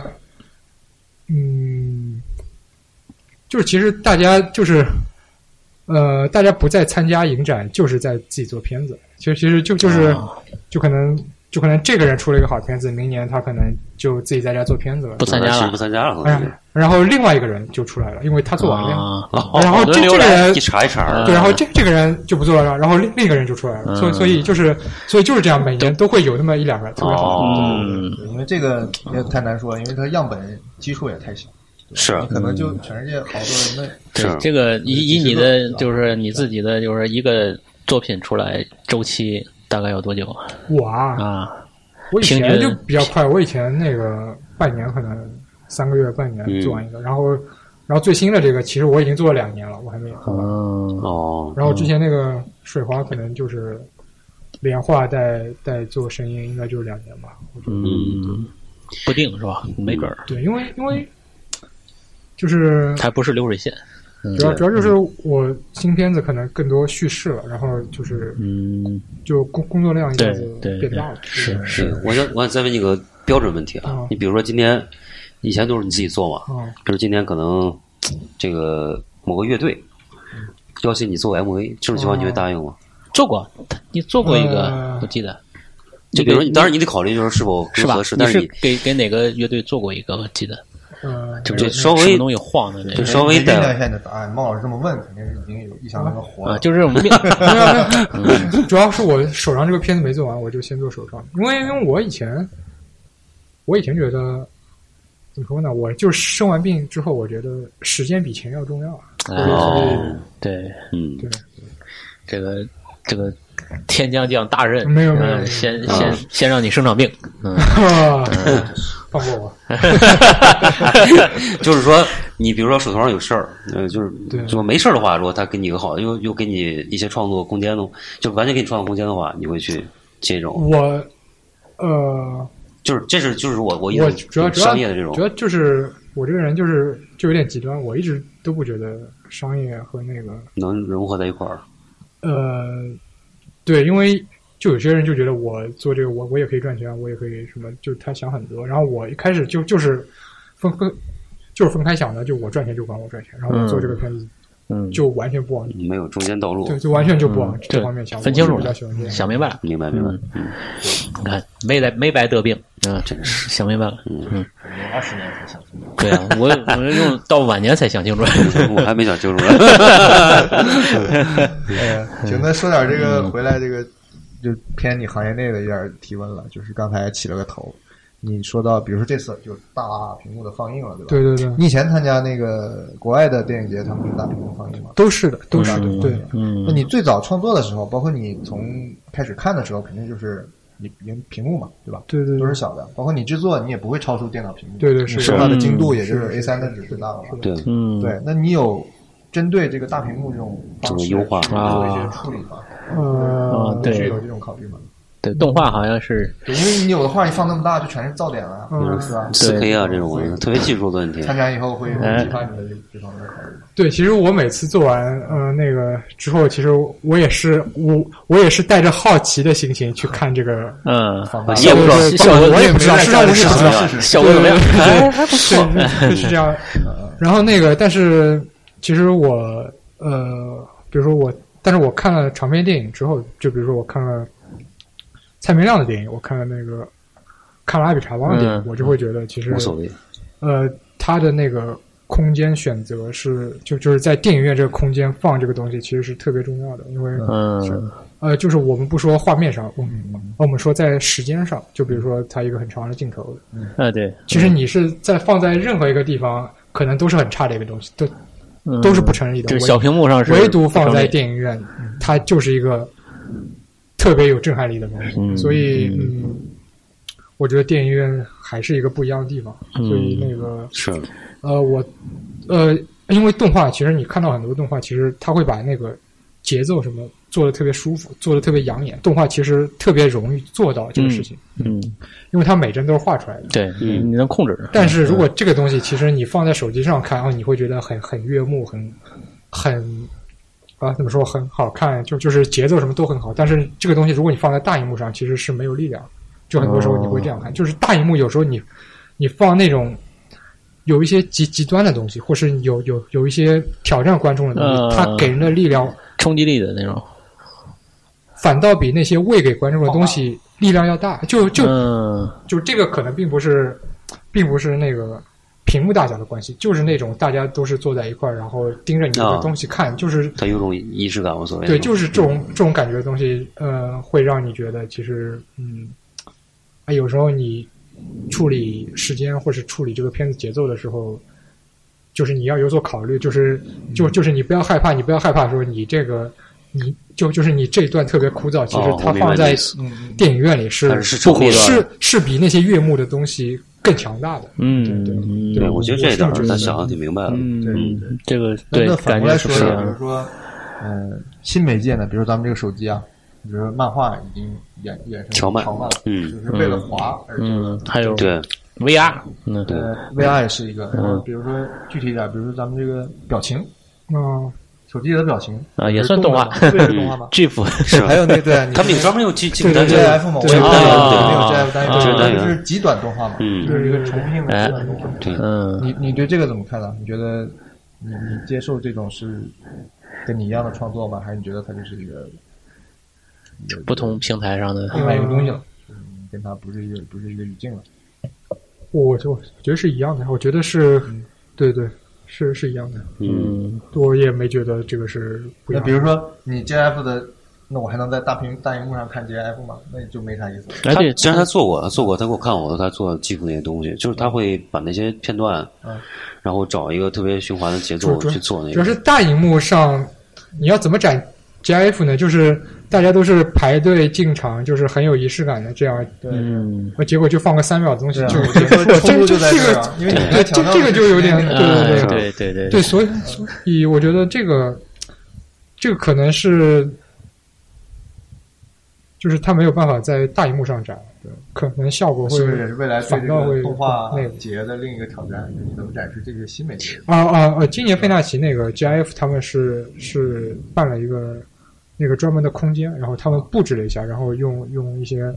嗯，就是其实大家就是呃，大家不再参加影展，就是在自己做片子。其实其实就就是就可能就可能这个人出了一个好片子，明年他可能就自己在家做片子了， 不参加了， 不参加了。 哎，然后另外一个人就出来了，因为他做完了， 啊、 然后这这个人一茬一茬， 对，然后这这个人就不做了，然后另另一个人就出来了，所以所以就是所以就是这样，每年都会有那么一两个特别好的。 嗯， 因为这个也太难说了，因为它样本基数也太小。 是， 你可能就全世界好多人的。 对，这个以以你的就是你自己的就是一个作品出来周期大概有多久啊？ 我啊， 啊， 我以前就比较快，我以前那个半年可能三个月、半年做完一个， 嗯、 然后然后最新的这个其实我已经做了两年了，我还没有。 嗯哦。 然后之前那个水花可能就是连画带带做声音，应该就是两年吧。我觉得嗯，不定是吧？没准儿。 对，因为因为。就是还不是流水线， 主要主要就是我新片子可能更多叙事了，然后就是嗯， 就工工作量一下子变大了。 是是，我想我想再问你个标准问题啊，你比如说今天以前都是你自己做嘛，比如今天可能这个某个乐队邀请你做 M V， 这种情况你会答应吗？ 做过，你做过一个，我记得。 就比如说，当然你得考虑就是是否合适，但是你给给哪个乐队做过一个，我记得。 嗯， 就稍微什么东西晃的那就稍微带亮线的答案。孟老师这么问，肯定是已经有意想那个活了。 啊，就是这种命。 嗯、主要是我手上这个片子没做完，我就先做手上，因为因为我以前，我以前觉得怎么说呢？我就是生完病之后，我觉得时间比钱要重要。 哦，对， 嗯， 对， 这个这个。天将降大任， 没有没有， 嗯、先先、嗯、先让你生场病，嗯， 嗯放过我。 就是说，你比如说手头上有事儿，呃，就是如果没事儿的话，如果他给你一个好，又又给你一些创作空间的，就完全给你创作空间的话，你会去接这种？ 我，呃， 就是这是就是我我我主要商业的这种， 主要就是我这个人就是就有点极端，我一直都不觉得商业和那个能融合在一块儿。 呃。对，因为就有些人就觉得我做这个，我我也可以赚钱，我也可以什么，就他想很多。然后我一开始就就是分分就是分开想的，就我赚钱就管我赚钱，然后我做这个片子， 嗯，就完全不往没有中间道路， 对，就完全就不往这方面想， 分清楚了， 想明白了， 明白明白。 嗯，你看没来没白得病啊，真是想明白了。嗯嗯， 二十年才想清楚。 对啊，我我用到晚年才想清楚， 我还没想清楚。 呃，行，那说点这个回来这个就偏你行业内的一点提问了，就是刚才起了个头。你说到，比如说这次就大屏幕的放映了，对吧？ 对对对。 你以前参加那个国外的电影节，他们是大屏幕放映吗？ 都是的，都是的。对， 嗯。 那你最早创作的时候，包括你从开始看的时候，肯定就是你屏屏幕嘛，对吧？ 对对。 都是小的，包括你制作，你也不会超出电脑屏幕。 对对是。 收到的精度也就是 A 三 的纸最大了嘛。 对， 嗯。 对，那你有针对这个大屏幕这种方式优化做一些处理吗？ 呃， 对， 是有这种考虑吗？ 对，动画好像是， 对，因为你有的画一放那么大，就全是噪点了， 嗯、 是吧？ 四 K 啊，这种特别技术的问题。 参加以后会激发你的这方面的考虑。 对，其实我每次做完呃那个之后，其实我也是我我也是带着好奇的心情去看这个， 嗯， 也不知道效果，我也不知道，实际上我也不知道效果怎么样， 还还不错，就是这样。然后那个，但是其实我呃，比如说我，但是我看了长篇电影之后，就比如说我看了蔡明亮的电影，我看了那个看了阿比查邦的电影， 嗯、 我就会觉得其实无所谓。 呃，他的那个空间选择是就就是在电影院这个空间放这个东西，其实是特别重要的，因为嗯呃，就是我们不说画面上，我们我们说在时间上，就比如说它一个很长的镜头， 嗯啊对， 其实你是在放在任何一个地方，可能都是很差的一个东西，都、嗯、都是不成立的。 就是小屏幕上是， 唯独放在电影院，它就是一个特别有震撼力的东西。 嗯、 所以，嗯，我觉得电影院还是一个不一样的地方。 嗯、 所以那个是呃，我呃，因为动画，其实你看到很多动画，其实它会把那个节奏什么做的特别舒服，做的特别养眼。动画其实特别容易做到这个事情， 嗯，嗯因为它每帧都是画出来的， 对，嗯，你能控制。 但是如果这个东西其实你放在手机上看，哦，你会觉得很很悦目，很很啊怎么说很好看，就就是节奏什么都很好。但是这个东西如果你放在大荧幕上，其实是没有力量。就很多时候你会这样看，哦、就是大荧幕有时候你你放那种有一些极极端的东西，或是有有有一些挑战观众的东西，呃、它给人的力量冲击力的那种。 反倒比那些喂给观众的东西力量要大，就就、嗯、就这个可能并不是，并不是那个屏幕大小的关系，就是那种大家都是坐在一块儿，然后盯着你的东西看，哦、就是它有种仪式感，无所谓。 对，就是这种、嗯、这种感觉的东西，呃，会让你觉得其实，嗯，啊，有时候你处理时间或是处理这个片子节奏的时候，就是你要有所考虑，就是就就是你不要害怕，你不要害怕说你这个。你就就是你这一段特别枯燥，其实它放在电影院里是、 哦、是是是是比那些悦目的东西更强大的。 嗯， 对对对，我觉得这一点他想的挺明白了。 嗯， 对嗯这个对， 那反过来说， 是比如说，嗯、呃，新媒介呢，比如咱们这个手机啊，比如说漫画已经演衍生条漫条漫了， 嗯， 就是为了滑而这个， 还有对 V R， 嗯， 对 V R 也是一个。然后比如说具体一点，比如说咱们这个表情， 啊。 手机里的表情啊，也算动画， 对，是动画吗 ？GIF 是，还有那对， 他们有专门有 G G G F 嘛？我也没有，没有 G F 单元，就是极短动画嘛， 嗯， 就是一个重庆的极短动画。 对， 嗯， 你你对这个怎么看呢？你觉得你你接受这种是跟你一样的创作吗？还是你觉得它就是一个不同平台上的另外一个东西了？嗯，跟它不是一个不是一个语境了。 我就觉得是一样的，我觉得是，对对。是是一样的， 嗯， 我也没觉得这个是不一样的。 那比如说你 G F 的，那我还能在大屏大荧幕上看 G F 吗？那就没啥意思。 他其实他做过，他做过，他给我看过，他做技术那些东西，就是他会把那些片段，嗯，然后找一个特别循环的节奏去做那个。 主要是大荧幕上，你要怎么展 G F 呢？就是大家都是排队进场，就是很有仪式感的这样， 嗯， 结果就放个三秒的东西，就我就说冲突就在这儿，因为对这这个就有点对对对对对对，所以所以我觉得这个这个可能是就是它没有办法在大荧幕上展，对，可能效果会是不是也是未来对这个动画那个节的另一个挑战，就是怎么展示这个新媒体啊啊啊！今年费纳奇那个 G I F 他们是是办了一个。那个专门的空间，然后他们布置了一下，然后用用一些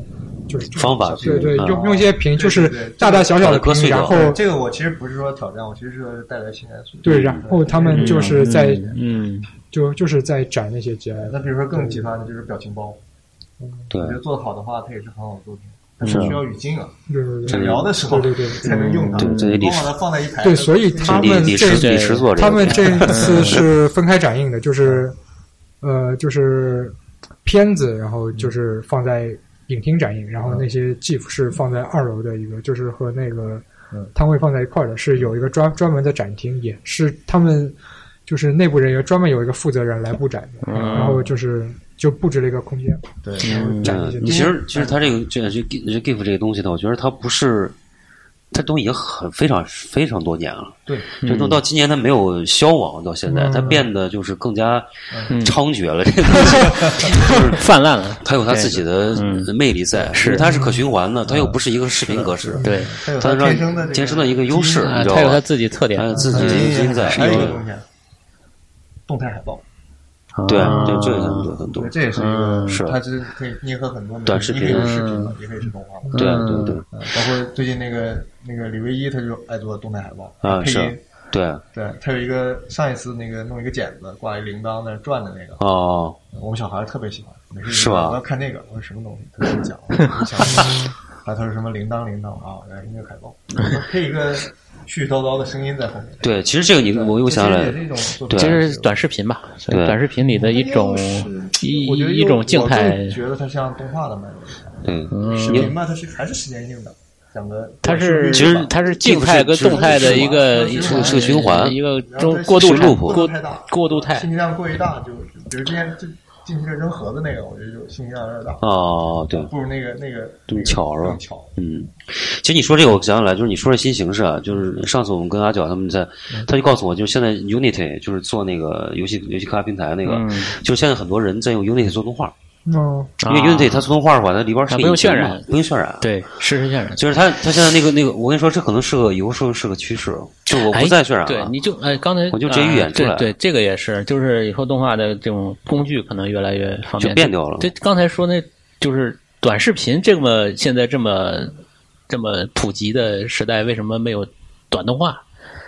就是方法去对对， 嗯用用一些屏，就是大大小小的屏，然后这个我其实不是说挑战，我其实是带来新元素。 对，然后他们就是在嗯， 就就是在展那些 G I F。 那比如说更极端的就是表情包， 对， 我觉得做得好的话，它也是很好的作品。但是需要语境啊， 对对对，聊的时候对对对才能用它， 对， 光把它放在一排。 对，所以他们这他们这次是分开展映的，就是呃，就是片子，然后就是放在影厅展映，然后那些 GIF 是放在二楼的一个，就是和那个摊位放在一块的，是有一个专专门的展厅，也是他们就是内部人员专门有一个负责人来布展的，然后就是。就布置了一个空间， 对， 嗯，你其实其实它这个这这这 GIF 这个东西呢，我觉得它不是，它东西已经很非常非常多年了， 对， 就弄到今年它没有消亡，到现在它变得就是更加猖獗了，这个东西就是泛滥了， 它有它自己的魅力在，是它是可循环的，它又不是一个视频格式， 对， 它天生的天生的一个优势， 它有它自己特点， 还有自己的基因在， 还有一个东西，动态海报。 对，对，这个很多很多， 这也是一个， 是它是可以捏合很多短视频、 视频嘛，也可以是动画。 对对对， 包括最近那个那个李唯一，他就爱做动态海报啊，是，对对，他有一个上一次那个弄一个剪子挂一铃铛在那转的那个哦， 我们小孩特别喜欢，没事是吧？ 我要看那个，我说什么东西？他跟我讲，我想，啊，他说什么铃铛铃铛啊，然后音乐海报，配一个。絮絮叨叨的声音在后面。对， 其实这个你我又想起来， 对，这是短视频吧？ 对， 短视频里的一种一一种静态。 觉得它像动画的嘛？ 嗯， 视频嘛，它是还是时间性的，讲的。 它是其实它是静态跟动态的一个是个循环， 一个中过渡过过过渡态， 信息量过于大，就比如之前就。进去个扔盒子那个，我觉得就信息量有点大。 哦，对， 不如那个那个更巧是吧？ 巧， 嗯。其实你说这个，我想起来，就是你说的新形式啊，就是上次我们跟阿角他们在，他就告诉我，就是现在 Unity 就是做那个游戏游戏开发平台那个， 嗯、 就是现在很多人在用 Unity 做动画。 哦， 因为 Unity 它做动画的话，它里边是不用渲染， 不用渲染， 对，实时渲染。 就是它，它现在那个那个，我跟你说，这可能是个以后是是个趋势，就我不再渲染了。 对，你就哎，刚才我就直接预演出来。 对，这个也是，就是以后动画的这种工具可能越来越方便， 就变掉了。 对，刚才说那就是短视频这么现在这么这么普及的时代，为什么没有短动画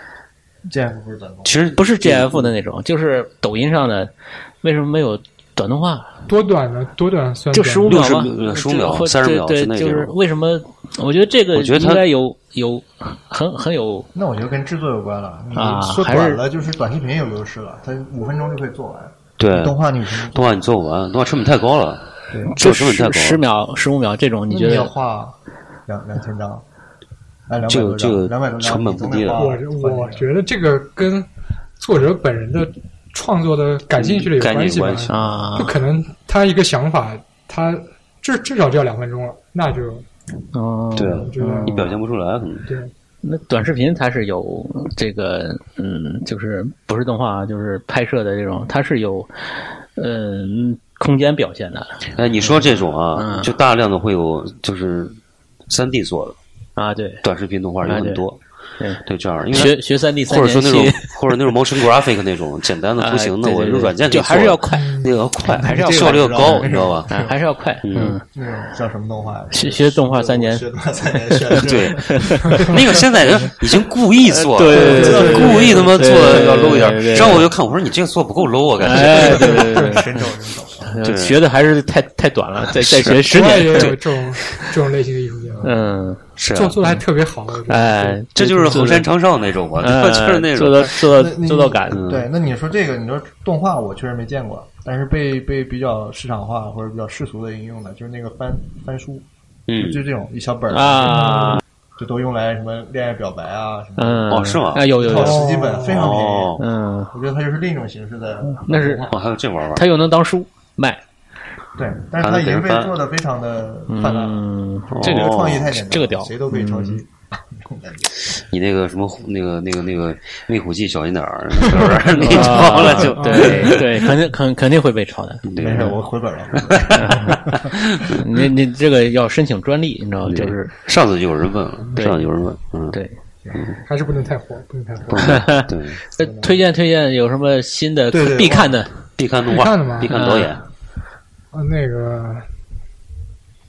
？G F 不是短动画， 其实不是 G F 的那种，就是抖音上的，为什么没有？短动画多短呢？多短算就十五秒吗？ 十五秒、三十秒之内。 就是为什么？我觉得这个我觉得应该有有很很有。 那我觉得跟制作有关了啊。 说短了就是短视频有优势了，它五分钟就可以做完。 对， 动画你五分钟， 动画你做不完，动画成本太高了。 对， 这成本太高了。 十秒、十五秒这种，你觉得要画两两千张？哎， 这个这个两百多张成本不低了。 我我觉得这个跟作者本人的。创作的感兴趣的有关系吧？ 啊， 不可能，他一个想法，他至至少就要两分钟了，那就， 哦， 对， 嗯、 你表现不出来，可能对。 那短视频它是有这个，嗯，就是不是动画，就是拍摄的这种，它是有，嗯，空间表现的。 哎，你说这种啊， 嗯、 就大量的会有，就是三 D 做的啊，对， 短视频动画有很多。 对对，这样，因为学学三 D， 或者说那种或者那种 motion graphic 那种简单的图形的，我用软件就还是要快， 那个要快， 还是要效率要高，你知道吧？ 还是要快。嗯， 那种叫什么动画？ 学学动画三年， 学动画三年学对，那个现在人已经故意做， 对， 故意他妈做要 low 一点。然后我就看，我说你这个做不够 low 啊，感觉。对对对， 神手神手， 学的还是太太短了，再再学十年。 也有这种这种类型的艺术家， 嗯。 是、啊、 做做的还特别好， 哎， 这就是横山昌少那种嘛，就是那种做到做到做到感。 对，那你说这个，你说动画我确实没见过，但是被被比较市场化或者比较世俗的应用的，就是那个翻翻书， 嗯， 就这种一小本啊， 就都用来什么恋爱表白啊什么。 嗯， 哦，是吗？ 啊，有有有， 十几本非常便宜。 嗯， 我觉得它就是另一种形式的。 那是哦，还有这玩意儿， 它又能当书卖。 对，但是它已经被做的非常的泛滥。 嗯， 这个创意太简单， 这个屌， 谁都可以抄袭。 你那个什么那个那个那个灭虎记小心点儿，你抄了就对对，肯定肯肯定会被抄的。 没事，我回本了。 你你这个要申请专利，你知道吗？就是上次就有人问了，上次有人问，嗯， 对， 还是不能太火，不能太火。 对， 推荐推荐有什么新的必看的必看动画、必看导演。 啊，那个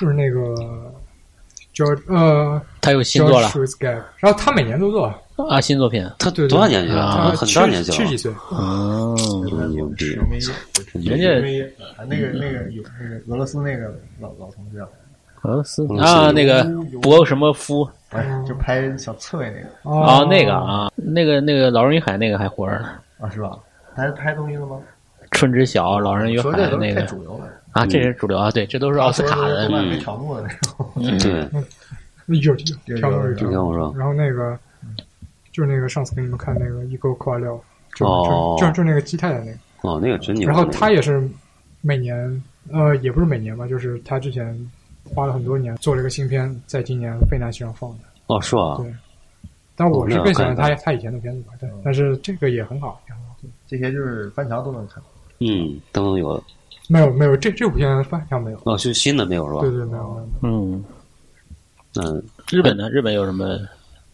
就是那个叫呃， 他有新作了， 然后他每年都做啊，新作品， 他多大年纪了？他很大年纪了， 七十几岁。 哦， 牛逼！ 人家那个那个有那个俄罗斯那个老老同志， 俄罗斯啊，那个博什么夫， 哎，就拍小刺猬那个啊，那个啊，那个那个老人与海那个还活着呢啊，是吧？还是拍东西了吗？ 春之小，老人与海那个主流了啊，这是主流啊，对，这都是奥斯卡的， 被挑怒的那种。 对， 有有挑怒这样我说， 然后那个就是那个上次给你们看那个伊沟夸廖，就就就就那个基泰的那个哦，那个真牛。 然后他也是每年呃，也不是每年吧，就是他之前花了很多年做了一个新片，在今年费纳西上放的。 哦，是吧？ 对。但我是更喜欢他他以前的片子吧，但但是这个也很好，也很好。 这些就是翻墙都能看。 嗯，都能有。 没有没有，这这部片翻墙没有。 哦，是新的没有是吧？ 对对，没有没有。 嗯嗯， 日本呢？日本有什么？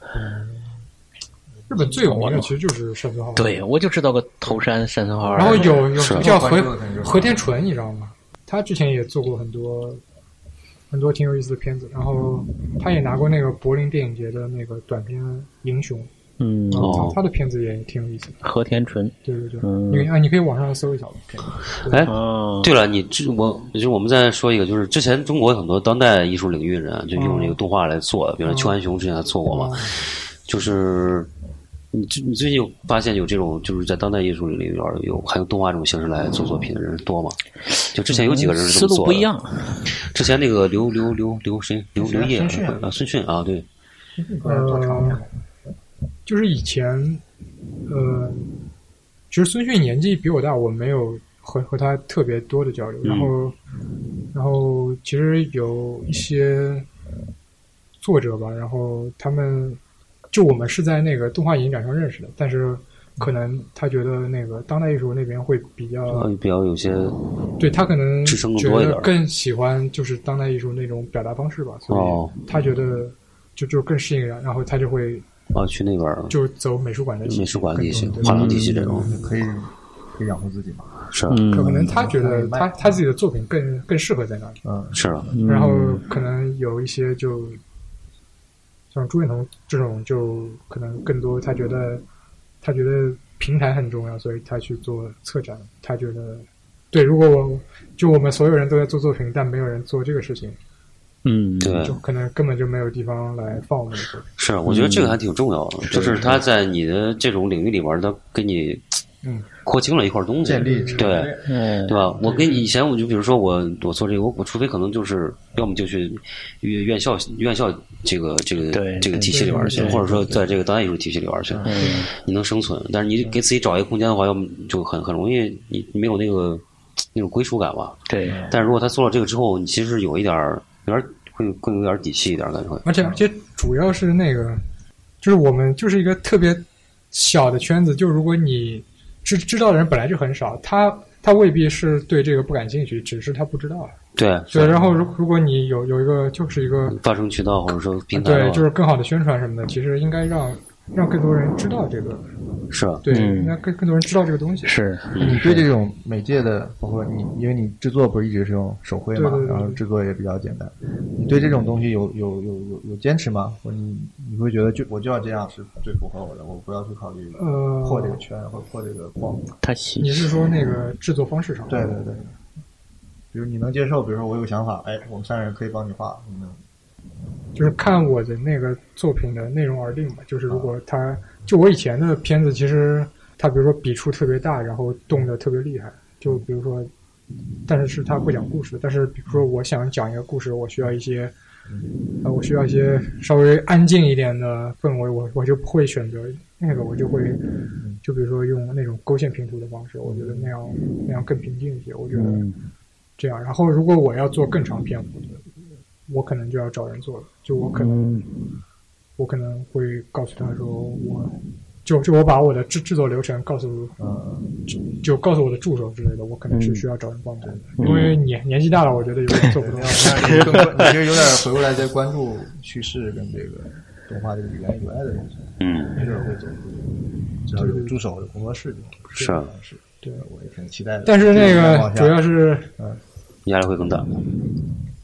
日本最有名的其实就是山村号。 对，我就知道个头山山村号。 然后有有叫和和田纯，你知道吗？他之前也做过很多很多挺有意思的片子，然后他也拿过那个柏林电影节的那个短片《英雄》。 嗯， 哦，他的片子也挺有意思的。 和田纯， 对对对， 嗯， 你啊，你可以网上搜一下片子。 哎，对了，你这我就是我们再说一个，就是之前中国有很多当代艺术领域的人就用这个动画来做，比如说邱安雄之前还做过嘛，就是你你最近有发现有这种就是在当代艺术领域里边有还用动画这种形式来做作品的人多吗？就之前有几个人是这么做的， 思路不一样。 之前那个刘刘刘刘谁刘刘烨啊，孙迅啊，对， 呃。就是以前，呃，其实孙迅年纪比我大，我没有和和他特别多的交流。然后，然后其实有一些作者吧，然后他们就我们是在那个动画影展上认识的，但是可能他觉得那个当代艺术那边会比较比较有些， 对他可能觉得更更喜欢就是当代艺术那种表达方式吧，所以他觉得就就更适应人，然后他就会。 啊，去那边就走美术馆的美术馆体系、画廊体系这种， 可以可以养活自己嘛？ 是， 可能他觉得他他自己的作品更更适合在那里。 嗯， 是啊。 然后可能有一些就像朱彦彤这种，就可能更多他觉得他觉得平台很重要，所以他去做策展。他觉得对，如果我就我们所有人都在做作品，但没有人做这个事情。 嗯， 对， 就可能根本就没有地方来放我们的作品。 是，我觉得这个还挺重要的，嗯、就是他在你的这种领域里边，他给你嗯扩清了一块东西， 建立对， 嗯， 对吧？我跟以前我就比如说我我做这个，我我除非可能就是要么就去院院校院校这个这个这个体系里边去，或者说在这个当代艺术体系里边去， 嗯， 你能生存。但是你给自己找一个空间的话，要么就很很容易你没有那个那种归属感吧。 对。 但是如果他做了这个之后，你其实有一点有点。会更有点底气一点，感觉会。 而且而且主要是那个，就是我们就是一个特别小的圈子，就如果你知知道的人本来就很少，他他未必是对这个不感兴趣，只是他不知道。 对对，然后如如果你有有一个就是一个发声渠道或者说平台， 对，就是更好的宣传什么的，其实应该让让更多人知道这个。 是啊， 对，应该更更多人知道这个东西。 是， 你对这种媒介的，包括你，因为你制作不是一直是用手绘嘛， 对对对， 然后制作也比较简单。你对这种东西有有有有有坚持吗？或者你你会觉得就我就要这样是最符合我的，我不要去考虑呃破这个圈或者破这个框。 他你是说那个制作方式上？ 对对对。比如你能接受，比如说我有个想法，哎，我们三人可以帮你画，你能。 就是看我的那个作品的内容而定吧。就是如果他，就我以前的片子，其实他比如说笔触特别大，然后动的特别厉害。就比如说，但是是他不讲故事。但是比如说我想讲一个故事，我需要一些，呃，我需要一些稍微安静一点的氛围，我我就不会选择那个，我就会，就比如说用那种勾线拼图的方式，我觉得那样那样更平静一些。我觉得这样。然后如果我要做更长篇幅的。我可能就要找人做了，就我可能，嗯、我可能会告诉他说，我就就我把我的制制作流程告诉，呃，就就告诉我的助手之类的，我可能是需要找人帮忙的，嗯、因为年年纪大了，我觉得有点做不动。 你其实有点回过来在关注叙事跟这个动画这个语言以外的东西， 嗯， 没准会走出，只要有助手有工作室这种方式， 对， 我也挺期待的。 但是那个主要是， 嗯， 压力会更大。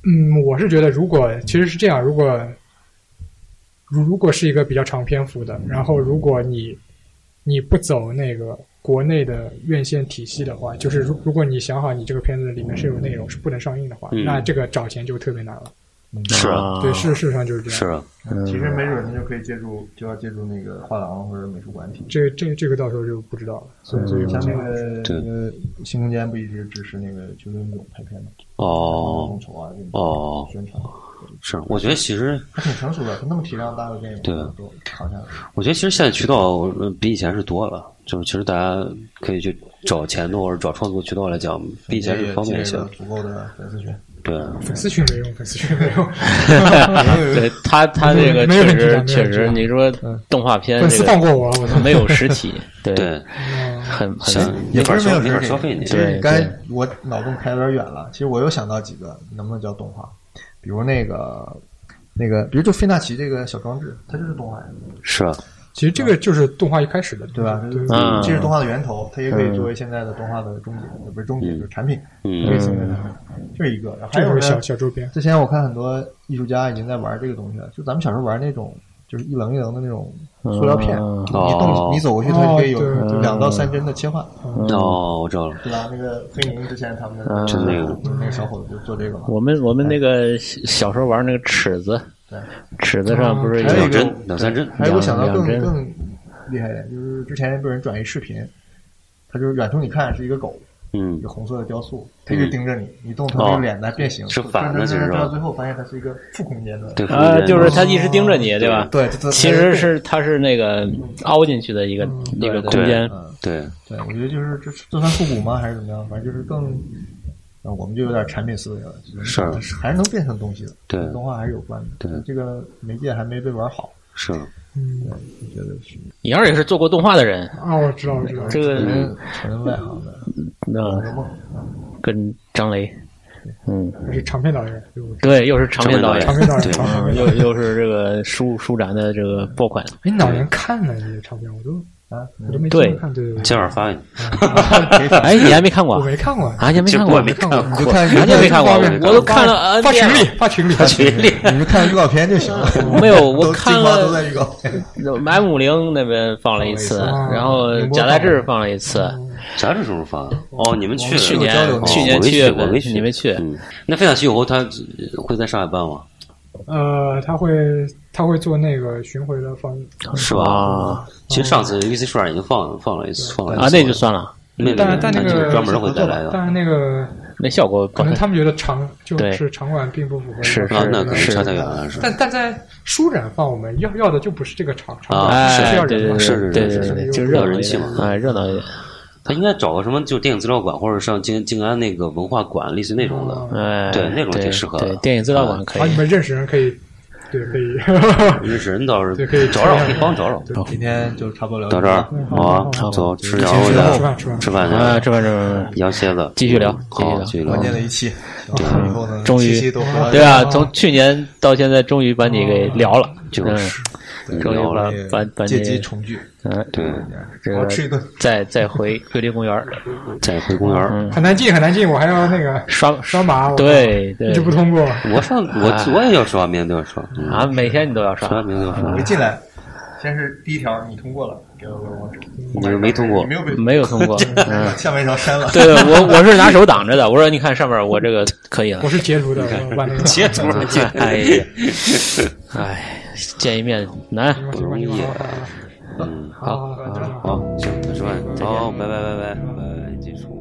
嗯，我是觉得如果其实是这样，如果如如果是一个比较长篇幅的，然后如果你你不走那个国内的院线体系的话，就是如如果你想好你这个片子里面是有内容是不能上映的话， 嗯、 那这个找钱就特别难了。 是啊， 对，事实上就是这样。 是啊， 嗯、其实没准你就可以借助，就要借助那个画廊或者美术馆体。 这这这个到时候就不知道了。所以所以像那个那个新空间不一直支持那个邱伦总拍片吗？ 哦， 众筹啊， 哦， 宣传。 是，我觉得其实他挺成熟的，他那么体量大的电影对都扛下来。 我觉得其实现在渠道比以前是多了，就是其实大家可以去找钱的或者找创作渠道来讲，比以前是方便一些。 足够的粉丝群。 对， 粉丝群没用，粉丝群没用。 对他，他这个确实确实，你说动画片， 粉丝放过我，我没有实体，对对， 很很也不是没有没法消费你。 其实刚才我脑洞开有点远了，其实我有想到几个，能不能叫动画？比如那个那个，比如就费纳奇这个小装置，它就是动画呀。 是啊。 其实这个就是动画一开始的， 对吧？ 对， 这是动画的源头，它也可以作为现在的动画的终结，不是终结，就是产品， 嗯， 类似的产品，这是一个。然后还有小小周边。 之前我看很多艺术家已经在玩这个东西了，就咱们小时候玩那种，就是一棱一棱的那种塑料片，你动你走过去，它就可以有两到三帧的切换。 哦，我知道了， 对吧？那个菲宁之前他们的就那个那个小伙子就做这个嘛。 我们我们那个小时候玩那个尺子，尺子上不是有两帧两三帧， 还有我想到更更。厉害一点，就是之前被人转一视频，他就是远处你看是一个狗， 嗯， 一个红色的雕塑，他一直盯着你，你动它那个脸来变形， 是反的，其实到最后发现它是一个负空间的， 对啊，就是他一直盯着你，对吧？ 对， 其实是它是那个凹进去的一个一个空间， 对对，我觉得就是这这算复古吗？还是怎么样？反正就是更，我们就有点产品思维了， 是还是能变成东西的， 对， 动画还是有关的， 对， 这个媒介还没被玩好， 是。 嗯， 我觉得是。 你二也是做过动画的人啊，我知道，我知道。 这个纯外行的， 那跟张雷，嗯， 是长篇导演， 对，又是长篇导演， 长篇导演， 又又是这个舒舒展的这个爆款。 哎，哪年看的这些长篇？我都啊，我都没看。对对对， 今晚发给你。 哎，你还没看过？ 我没看过啊，你没看过？ 没看过， 你就看， 人家没看过，我都看了， 发群里，发群里， 发群里， 你就看预告片就行了。 没有，我看了。 都在预告片。 M 五零那边放了一次，然后贾代志放了一次。 啥时候放的？哦，你们去去年去年七月份，你没去。 那费纳奇以后他会在上海办吗？ 呃，他会他会做那个巡回的放映， 是吧？其实上次 V C 书展已经放放了一次，放了啊，那就算了。 但但那个专门会带来的， 但是那个那效果可能他们觉得场就是场馆并不符合， 是啊，那可能差太远了。是， 但但在书展放，我们要要的就不是这个场场馆， 是要人嘛， 是对对对，就热人气嘛， 哎，热闹一点。 他应该找个什么，就电影资料馆，或者上静静安那个文化馆，类似那种的， 哎， 对，那种挺适合的。 对，电影资料馆可以。 把你们认识人可以。对，可以认识人倒是对，可以找找，可以帮找找。 今天就差不多聊到这儿，好啊，走吃羊肉去，吃饭吃饭吃饭去啊，吃饭吃饭， 羊蝎子， 继续聊， 好，继续聊。 关键的一期， 对， 以后呢， 终于对啊，从去年到现在，终于把你给聊了， 就是终于把把把借机重聚， 嗯，对， 这个吃一顿， 再再回桂林公园， 再回公园， 很难进，很难进，我还要那个刷刷码， 对对， 一直不通过。 我上我我也要刷，每天都要刷啊，每天你都要刷， 每天都要刷。 我一进来，先是第一条，你通过了，给我个网址， 你没通过， 没有被没有通过， 下面一条删了。 对，我我是拿手挡着的，我说你看上面我这个可以了， 我是截图的， 截图的， 哎呀，哎。见一面难， 不容易。嗯，好，好，行，那吃饭，好，拜拜，拜拜，拜拜，结束。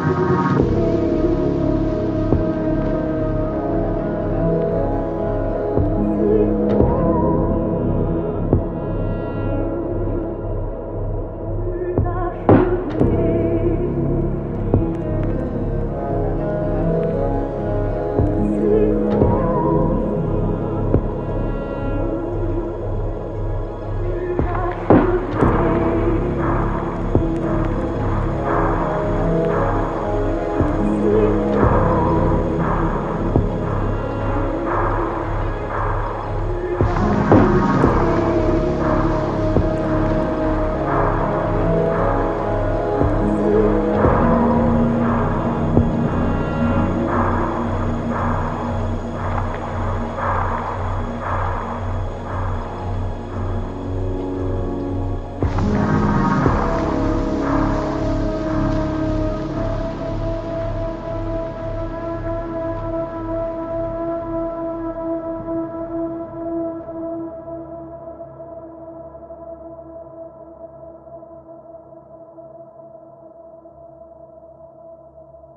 拜。